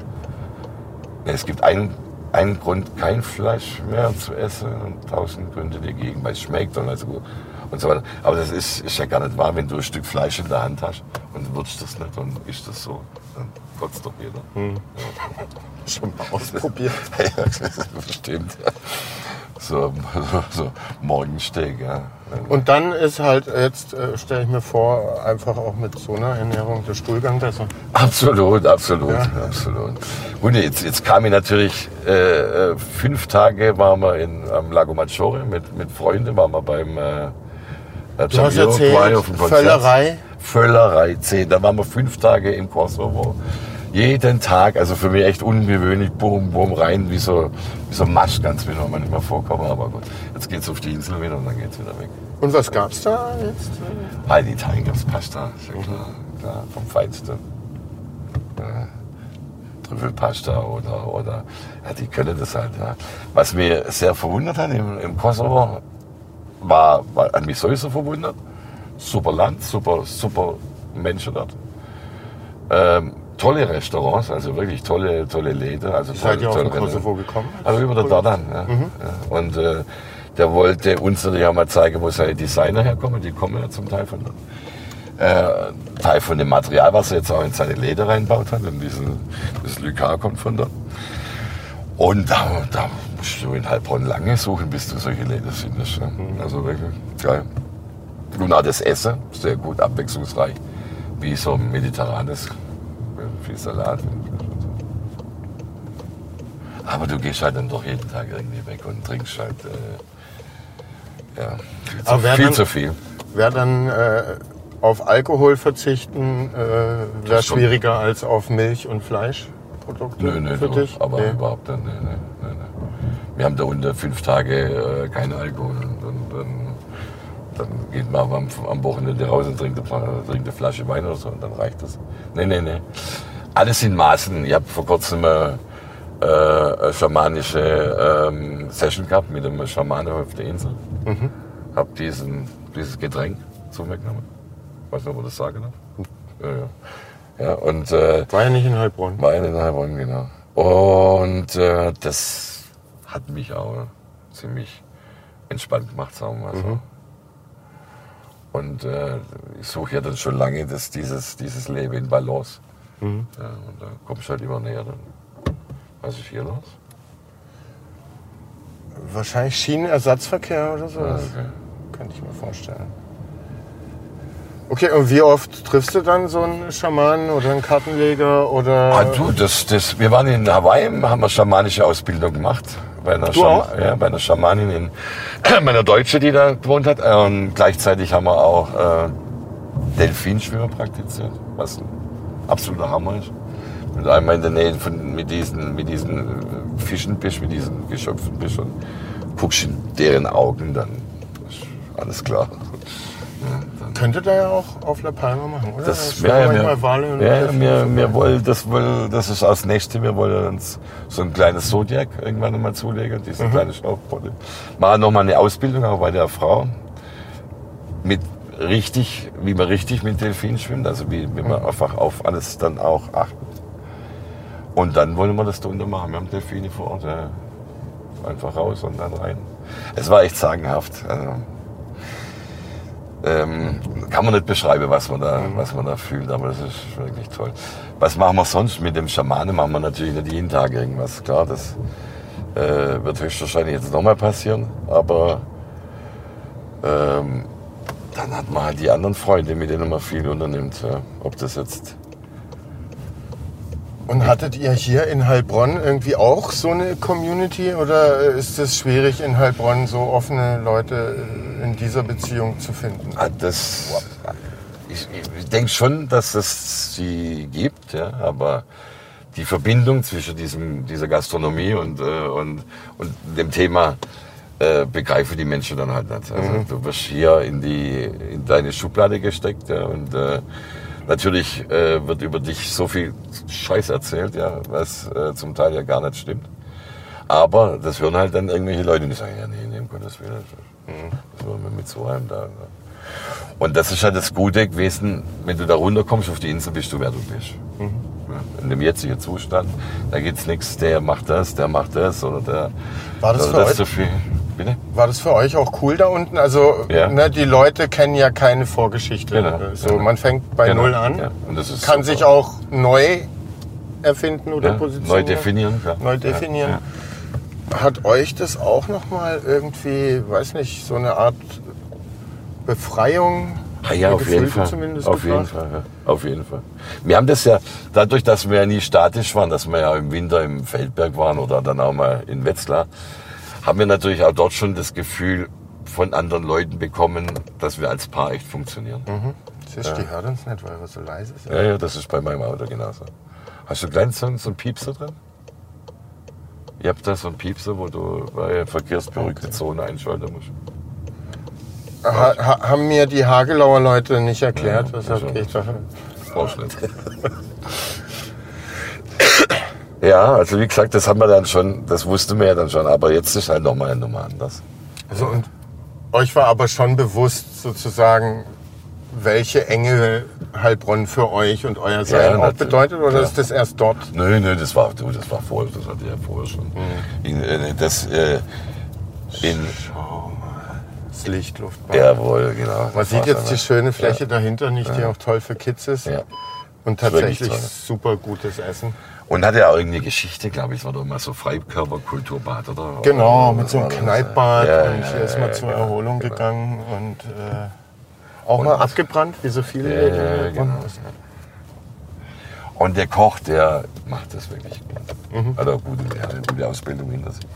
Es gibt einen Grund, kein Fleisch mehr zu essen und 1000 Gründe dagegen, weil es schmeckt und so weiter. Aber das ist ja gar nicht wahr, wenn du ein Stück Fleisch in der Hand hast und würzt das nicht und isst das so, dann kotzt doch jeder. Schon mal ausprobiert. Ja, das stimmt. so Morgensteak. Ja. Und dann ist halt, jetzt stelle ich mir vor, einfach auch mit so einer Ernährung der Stuhlgang besser. Absolut. Ja. Und jetzt kam ich natürlich, 5 Tage waren wir am Lago Maggiore mit Freunden, waren wir beim Du hast erzählt, auf dem Konzert. Völlerei 10. Da waren wir 5 Tage im Kosovo. Jeden Tag, also für mich echt ungewöhnlich, boom, rein, wie so Masch, ganz wie noch manchmal vorkommen. Aber gut, jetzt geht's auf die Insel wieder und dann geht's wieder weg. Und was gab's da jetzt? In Italien gab's Pasta, ist ja klar, vom Feinsten. Trüffelpasta oder ja, die können das halt. Ja. Was mir sehr verwundert hat im Kosovo, war an mich sowieso verwundert. Super Land, super Menschen dort. Tolle Restaurants, also wirklich tolle Läden. Also seid ihr aus dem Kosovo gekommen? Also über der Dardan. Ja. Ja. Und der wollte uns natürlich auch mal zeigen, wo seine Designer herkommen. Die kommen ja zum Teil von dort. Teil von dem Material, was er jetzt auch in seine Läden reinbaut hat. Und das Lycar kommt von dort. Und da musst du in Heilbronn lange suchen, bis du solche Läden findest. Ja. Also wirklich geil. Und auch das Essen, sehr gut, abwechslungsreich. Wie so ein mediterranes, viel Salat. Aber du gehst halt dann doch jeden Tag irgendwie weg und trinkst halt viel zu viel. Wäre dann auf Alkohol verzichten wäre schwieriger als auf Milch- und Fleischprodukte für dich? Aber überhaupt nicht. Nee. Wir haben da unter 5 Tage keinen Alkohol. Und dann geht man am Wochenende raus und trinkt eine Flasche Wein oder so und dann reicht das. Nee. Alles in Maßen. Ich habe vor kurzem eine schamanische Session gehabt mit einem Schamanen auf der Insel. Habe dieses Getränk zu mir genommen. Weiß nicht, ob ich das sagen darf. Ja, und, war ja nicht in Heilbronn. War ja nicht in Heilbronn, genau. Und das hat mich auch ziemlich entspannt gemacht, sagen wir mal so. Und ich suche ja dann schon lange dieses Leben in Balance. Ja, und da kommst du halt immer näher dann. Was ist hier los? Wahrscheinlich Schienenersatzverkehr oder so. Ah, okay. Könnte ich mir vorstellen. Okay, und wie oft triffst du dann so einen Schamanen oder einen Kartenleger? Oder? Wir waren in Hawaii, haben eine schamanische Ausbildung gemacht. Bei einer Schamanin, bei einer Deutsche, die da gewohnt hat. Und gleichzeitig haben wir auch Delfinschwimmer praktiziert, was ein absoluter Hammer ist. Und einmal in der Nähe mit diesen Fischen bist, mit diesen Geschöpfen bist und guckst in deren Augen, dann ist alles klar. Ja, könntet ihr ja auch auf La Palma machen, oder? Das ist das Nächste. Wir wollen uns so ein kleines Zodiac irgendwann mal zulegen, diese kleine Schlauchboote. Machen nochmal eine Ausbildung, auch bei der Frau, wie man richtig mit Delfinen schwimmt, also wie man einfach auf alles dann auch achtet. Und dann wollen wir das da unten machen. Wir haben Delfine vor Ort, einfach raus und dann rein. Es war echt sagenhaft. Also, kann man nicht beschreiben, was man da fühlt, aber das ist wirklich toll. Was machen wir sonst mit dem Schamanen? Machen wir natürlich nicht jeden Tag irgendwas. Klar, das wird höchstwahrscheinlich jetzt nochmal passieren, aber dann hat man halt die anderen Freunde, mit denen man viel unternimmt. Ja. Ob das jetzt... Und hattet ihr hier in Heilbronn irgendwie auch so eine Community oder ist es schwierig, in Heilbronn so offene Leute in dieser Beziehung zu finden? Ich denke schon, dass es sie gibt, ja, aber die Verbindung zwischen dieser Gastronomie und dem Thema begreifen die Menschen dann halt nicht. Also du wirst hier in deine Schublade gesteckt, ja, und natürlich wird über dich so viel Scheiß erzählt, ja, was zum Teil ja gar nicht stimmt. Aber das hören halt dann irgendwelche Leute, die sagen, ja nee, um Gottes Willen, was wollen wir mit so einem da. Und das ist halt das Gute gewesen, wenn du da runterkommst auf die Insel, bist du, wer du bist. Ja, in dem jetzigen Zustand, da geht's nichts, der macht das oder der... War das für euch? So viel. Bitte? War das für euch auch cool da unten? Also die Leute kennen ja keine Vorgeschichte. Genau. Man fängt bei Null an, und das ist kann sich auch neu erfinden oder positionieren. Neu definieren. Klar. Neu definieren. hat euch das auch nochmal irgendwie, weiß nicht, so eine Art Befreiung? Ja, auf jeden Fall. Auf jeden Fall, ja. Auf jeden Fall. Wir haben das ja, dadurch, dass wir ja nie statisch waren, dass wir ja im Winter im Feldberg waren oder dann auch mal in Wetzlar, haben wir natürlich auch dort schon das Gefühl von anderen Leuten bekommen, dass wir als Paar echt funktionieren. Siehst du, die hört uns nicht, weil wir so leise sind. Ja, das ist bei meinem Auto genauso. Hast du gleich so einen Piepser drin? Ihr habt da so einen Piepser, wo du bei verkehrsberuhigte Zone einschalten musst. Haben mir die Hagelauer Leute nicht erklärt, deshalb gehe ich dafür. Brauchst nicht. Ja, also wie gesagt, das haben wir dann schon, das wussten wir ja dann schon, aber jetzt ist halt nochmal eine Nummer anders. Also und euch war aber schon bewusst sozusagen, welche Enge Heilbronn für euch und euer Sein auch bedeutet, oder ist das erst dort? Nö, das war vorher, das hatte ja vorher schon. Schau mal, das Lichtluftbad. Jawohl, genau. Man sieht jetzt die schöne Fläche dahinter, nicht, die auch toll für Kids ist. Ja. Und tatsächlich super gutes Essen. Und hat ja auch irgendeine Geschichte, glaube ich, es war doch mal so Freikörperkulturbad, oder? Genau, mit so einem Kneippbad und hier ist man zur Erholung gegangen und auch mal abgebrannt, wie so viele. Genau. Und der Koch, der macht das wirklich gut. Hat auch eine gute Ausbildung hinter sich.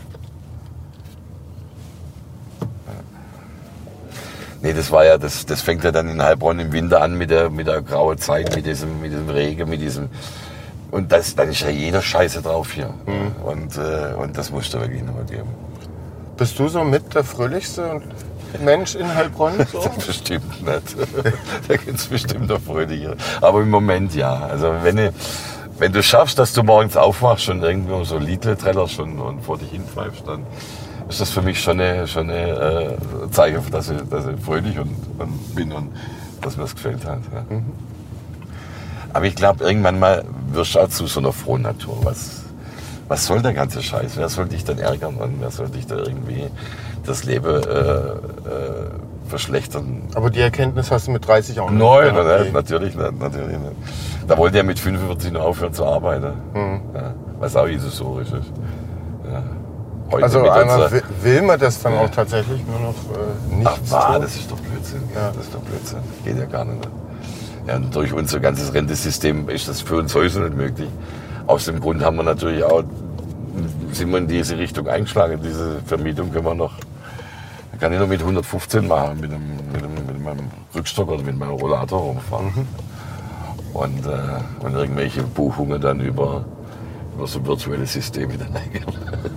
Nee, das war ja, das fängt ja dann in Heilbronn im Winter an mit der grauen Zeit, mit diesem Regen, und dann ist ja jeder Scheiße drauf hier. Und das musst du wirklich nochmal geben. Bist du so mit der fröhlichste Mensch in Heilbronn? So? Bestimmt nicht. Da gibt es bestimmt noch fröhliche. Aber im Moment ja. Also wenn du schaffst, dass du morgens aufwachst und irgendwo so Lidl trällerst und vor dich hinpfeifst, dann ist das für mich schon eine Zeichen, dass ich fröhlich und bin und dass mir das gefällt hat. Ja. Aber ich glaube, irgendwann mal wirst du auch zu so einer frohen Natur. Was soll der ganze Scheiß? Wer soll dich denn ärgern und wer soll dich da irgendwie das Leben verschlechtern? Aber die Erkenntnis hast du mit 30 auch nicht. Nein, natürlich nicht. Da wollte er mit 45 noch aufhören zu arbeiten. Ja, was auch illusorisch ist. Ja. Heute also einmal will man das dann auch tatsächlich nur noch nicht tun? Das ist doch Blödsinn. Ja. Das ist doch Blödsinn. Geht ja gar nicht. Ja, und durch unser ganzes Rentesystem ist das für uns sowieso nicht möglich. Aus dem Grund haben wir natürlich auch, sind wir in diese Richtung eingeschlagen. Diese Vermietung können wir noch, kann ich noch mit 115 machen, mit meinem Rückstock oder mit meinem Rollator rumfahren. Und irgendwelche Buchungen dann über so virtuelle Systeme dann eingehen.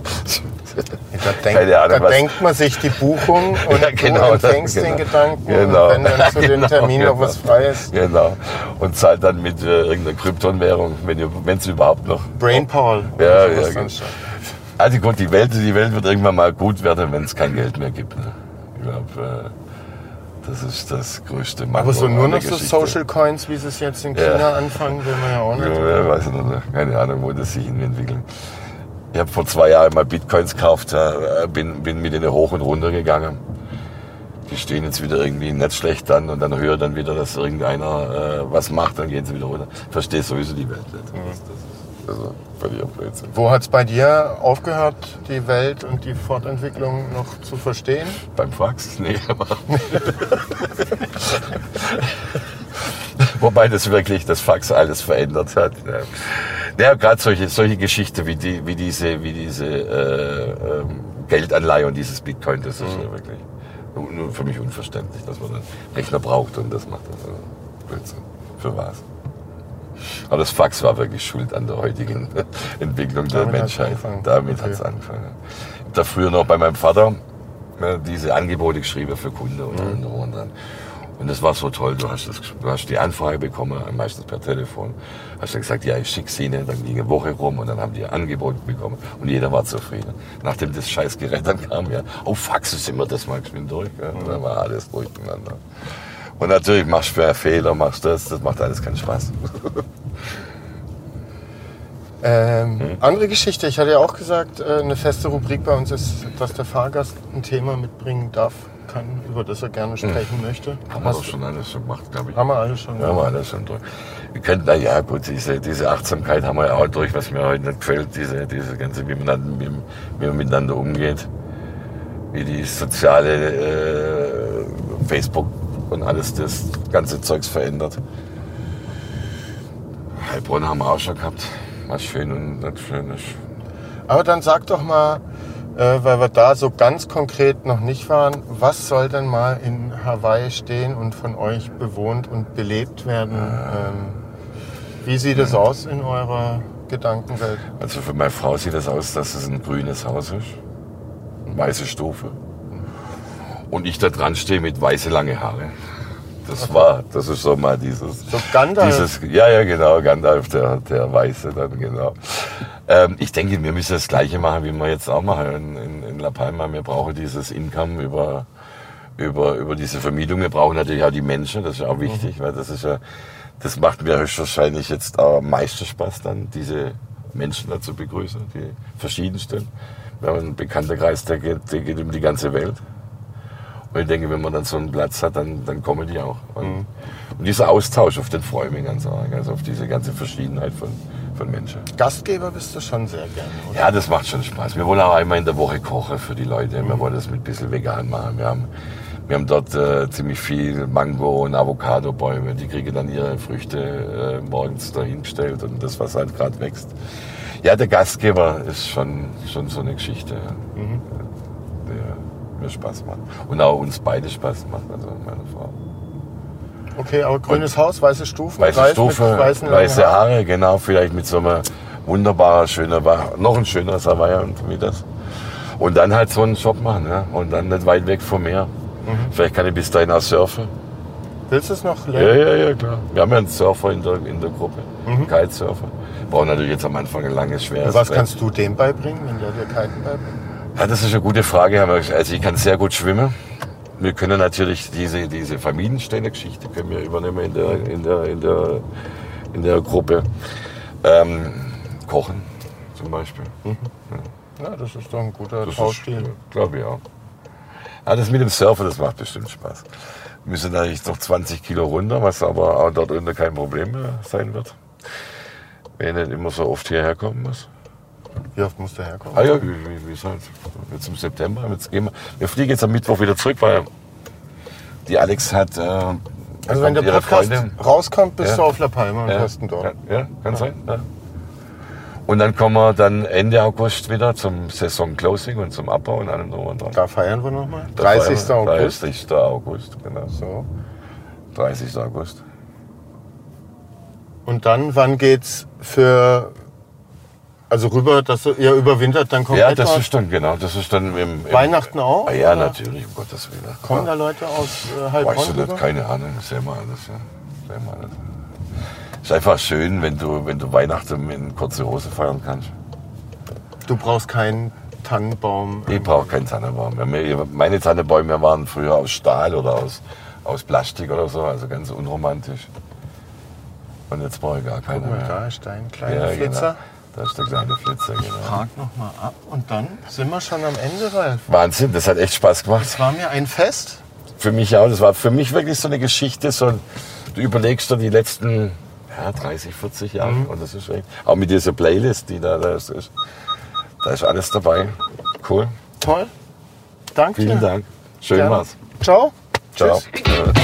Da denkt man sich die Buchung und du empfängst den Gedanken, und wenn dann zu dem Termin noch was frei ist. Genau. Und zahlt dann mit irgendeiner Kryptonwährung, wenn es überhaupt noch... Brainpower. Ja. Also gut, die Welt wird irgendwann mal gut werden, wenn es kein Geld mehr gibt. Ne? Ich glaube, das ist das größte Manko. Aber so nur noch so Social Coins, wie sie es jetzt in China anfangen, will man ja auch nicht. Ja, weiß ich nicht. Keine Ahnung, wo das sich entwickelt. Ich habe vor 2 Jahren mal Bitcoins gekauft, bin mit denen hoch und runter gegangen. Die stehen jetzt wieder irgendwie nicht schlecht an und dann höre dann wieder, dass irgendeiner was macht, dann gehen sie wieder runter. Ich verstehe sowieso die Welt nicht. Das ist also völliger Blödsinn. Wo hat es bei dir aufgehört, die Welt und die Fortentwicklung noch zu verstehen? Beim Fax? Nee. Wobei das Fax alles verändert hat. Ja, gerade solche Geschichten wie diese Geldanleihe und dieses Bitcoin, das ist ja wirklich für mich unverständlich, dass man einen Rechner braucht und das macht das Blödsinn. Für was? Aber das Fax war wirklich schuld an der heutigen Entwicklung der Menschheit. Damit hat es angefangen. Ich habe da früher noch bei meinem Vater diese Angebote geschrieben für Kunden und dann. Und das war so toll, du hast die Anfrage bekommen, meistens per Telefon. Hast dann gesagt, ja, ich schick's Ihnen, dann ging eine Woche rum und dann haben die ein Angebot bekommen und jeder war zufrieden. Nachdem das Scheißgerät dann kam, Fax ist immer das mal geschwind durch. Ja. Und dann war alles durcheinander. Und natürlich machst du einen Fehler, machst das macht alles keinen Spaß. Andere Geschichte, ich hatte ja auch gesagt, eine feste Rubrik bei uns ist, dass der Fahrgast ein Thema mitbringen darf, über das er gerne sprechen möchte? Haben wir doch schon alles schon gemacht, glaube ich. Haben wir alles schon Haben wir alles schon durch. Wir könnten, na ja, gut, diese Achtsamkeit haben wir ja auch durch, was mir heute nicht gefällt, diese ganze, wie man miteinander umgeht, wie die soziale Facebook und alles das ganze Zeugs verändert. Heilbronn haben wir auch schon gehabt, was schön und nicht schön ist. Aber dann sag doch mal, weil wir da so ganz konkret noch nicht waren, was soll denn mal in Hawaii stehen und von euch bewohnt und belebt werden? Wie sieht es aus in eurer Gedankenwelt? Also für meine Frau sieht es aus, dass es ein grünes Haus ist, eine weiße Stufe. Und ich da dran stehe mit weiße lange Haare. Das ist so mal dieses... So Gandalf? Ja, genau, Gandalf, der Weiße dann, genau. Ich denke, wir müssen das Gleiche machen, wie wir jetzt auch machen in La Palma. Wir brauchen dieses Income über diese Vermietung. Wir brauchen natürlich auch die Menschen, das ist auch wichtig, weil das macht mir höchstwahrscheinlich jetzt auch am meisten Spaß dann, diese Menschen da zu begrüßen, die verschiedensten. Wir haben einen Bekanntenkreis, der geht um die ganze Welt. Und ich denke, wenn man dann so einen Platz hat, dann kommen die auch. Und dieser Austausch, auf den freue ich mich ganz arg. Also auf diese ganze Verschiedenheit von Menschen. Gastgeber bist du schon sehr gerne, oder? Ja, das macht schon Spaß. Wir wollen auch einmal in der Woche kochen für die Leute. Wir wollen das mit ein bisschen vegan machen. Wir haben dort ziemlich viel Mango- und Avocado-Bäume. Die kriegen dann ihre Früchte morgens dahingestellt und das, was halt gerade wächst. Ja, der Gastgeber ist schon so eine Geschichte. Mir Spaß macht. Und auch uns beide Spaß macht, also meine Frau. Okay, aber grünes Haus, weiße Stufen, weiße Stufe, weiße Haare, genau, vielleicht mit so einem wunderbaren, noch ein schöneres Hawaii wie das. Und dann halt so einen Job machen, ja? Und dann nicht weit weg vom Meer. Vielleicht kann ich bis dahin auch surfen. Willst du es noch lernen? Ja, klar. Wir haben ja einen Surfer in der Gruppe, Kitesurfer. Brauchen natürlich jetzt am Anfang ein langes, schweres. Und was kannst du dem beibringen, wenn der dir Kiten beibringt? Ja, das ist eine gute Frage. Also ich kann sehr gut schwimmen. Wir können natürlich diese Familienstelle-Geschichte können wir übernehmen in der Gruppe. Kochen zum Beispiel. Ja, das ist doch ein guter Tauschstil. Glaube ich auch. Ja, das mit dem Surfen, das macht bestimmt Spaß. Wir müssen natürlich noch 20 Kilo runter, was aber auch dort unten kein Problem mehr sein wird. Wenn ich nicht immer so oft hierher kommen muss. Wie oft musst du herkommen? Ja, wie ist halt. Jetzt im September. Wir fliegen jetzt am Mittwoch wieder zurück, weil die Alex hat. Also wenn der Podcast rauskommt, bist du auf La Palma und hast ihn dort. Ja, kann sein. Ja. Und dann kommen wir dann Ende August wieder zum Saison-Closing und zum Abbau und allem drum und dran. Da feiern wir nochmal? 30. August? 30. August, genau. So. 30. August. Und dann, wann geht's rüber, dass ihr überwintert dann komplett? Ja, das ist dann, genau, das ist dann im Weihnachten auch? Ja, natürlich, um Gottes Willen. Kommen da Leute aus Heilbronn? Weißt du nicht, keine Ahnung, sehen wir alles, ja. Sehen wir alles. Es ist einfach schön, wenn du Weihnachten in kurze Hose feiern kannst. Du brauchst keinen Tannenbaum? Ich brauche keinen Tannenbaum. Meine Tannenbäume waren früher aus Stahl oder aus Plastik oder so, also ganz unromantisch. Und jetzt brauche ich gar keinen mehr. Guck mal, da ist dein kleiner Flitzer. Genau. Da ist der kleine Flitzer, genau. Frag nochmal ab und dann sind wir schon am Ende, Ralf. Wahnsinn, das hat echt Spaß gemacht. Das war mir ein Fest. Für mich auch. Das war für mich wirklich so eine Geschichte. Du überlegst dir die letzten 30, 40 Jahre. Und das ist echt, auch mit dieser Playlist, die da ist. Da ist alles dabei. Cool. Toll. Danke. Vielen Dank. Schön war's. Ciao. Ciao. Tschüss.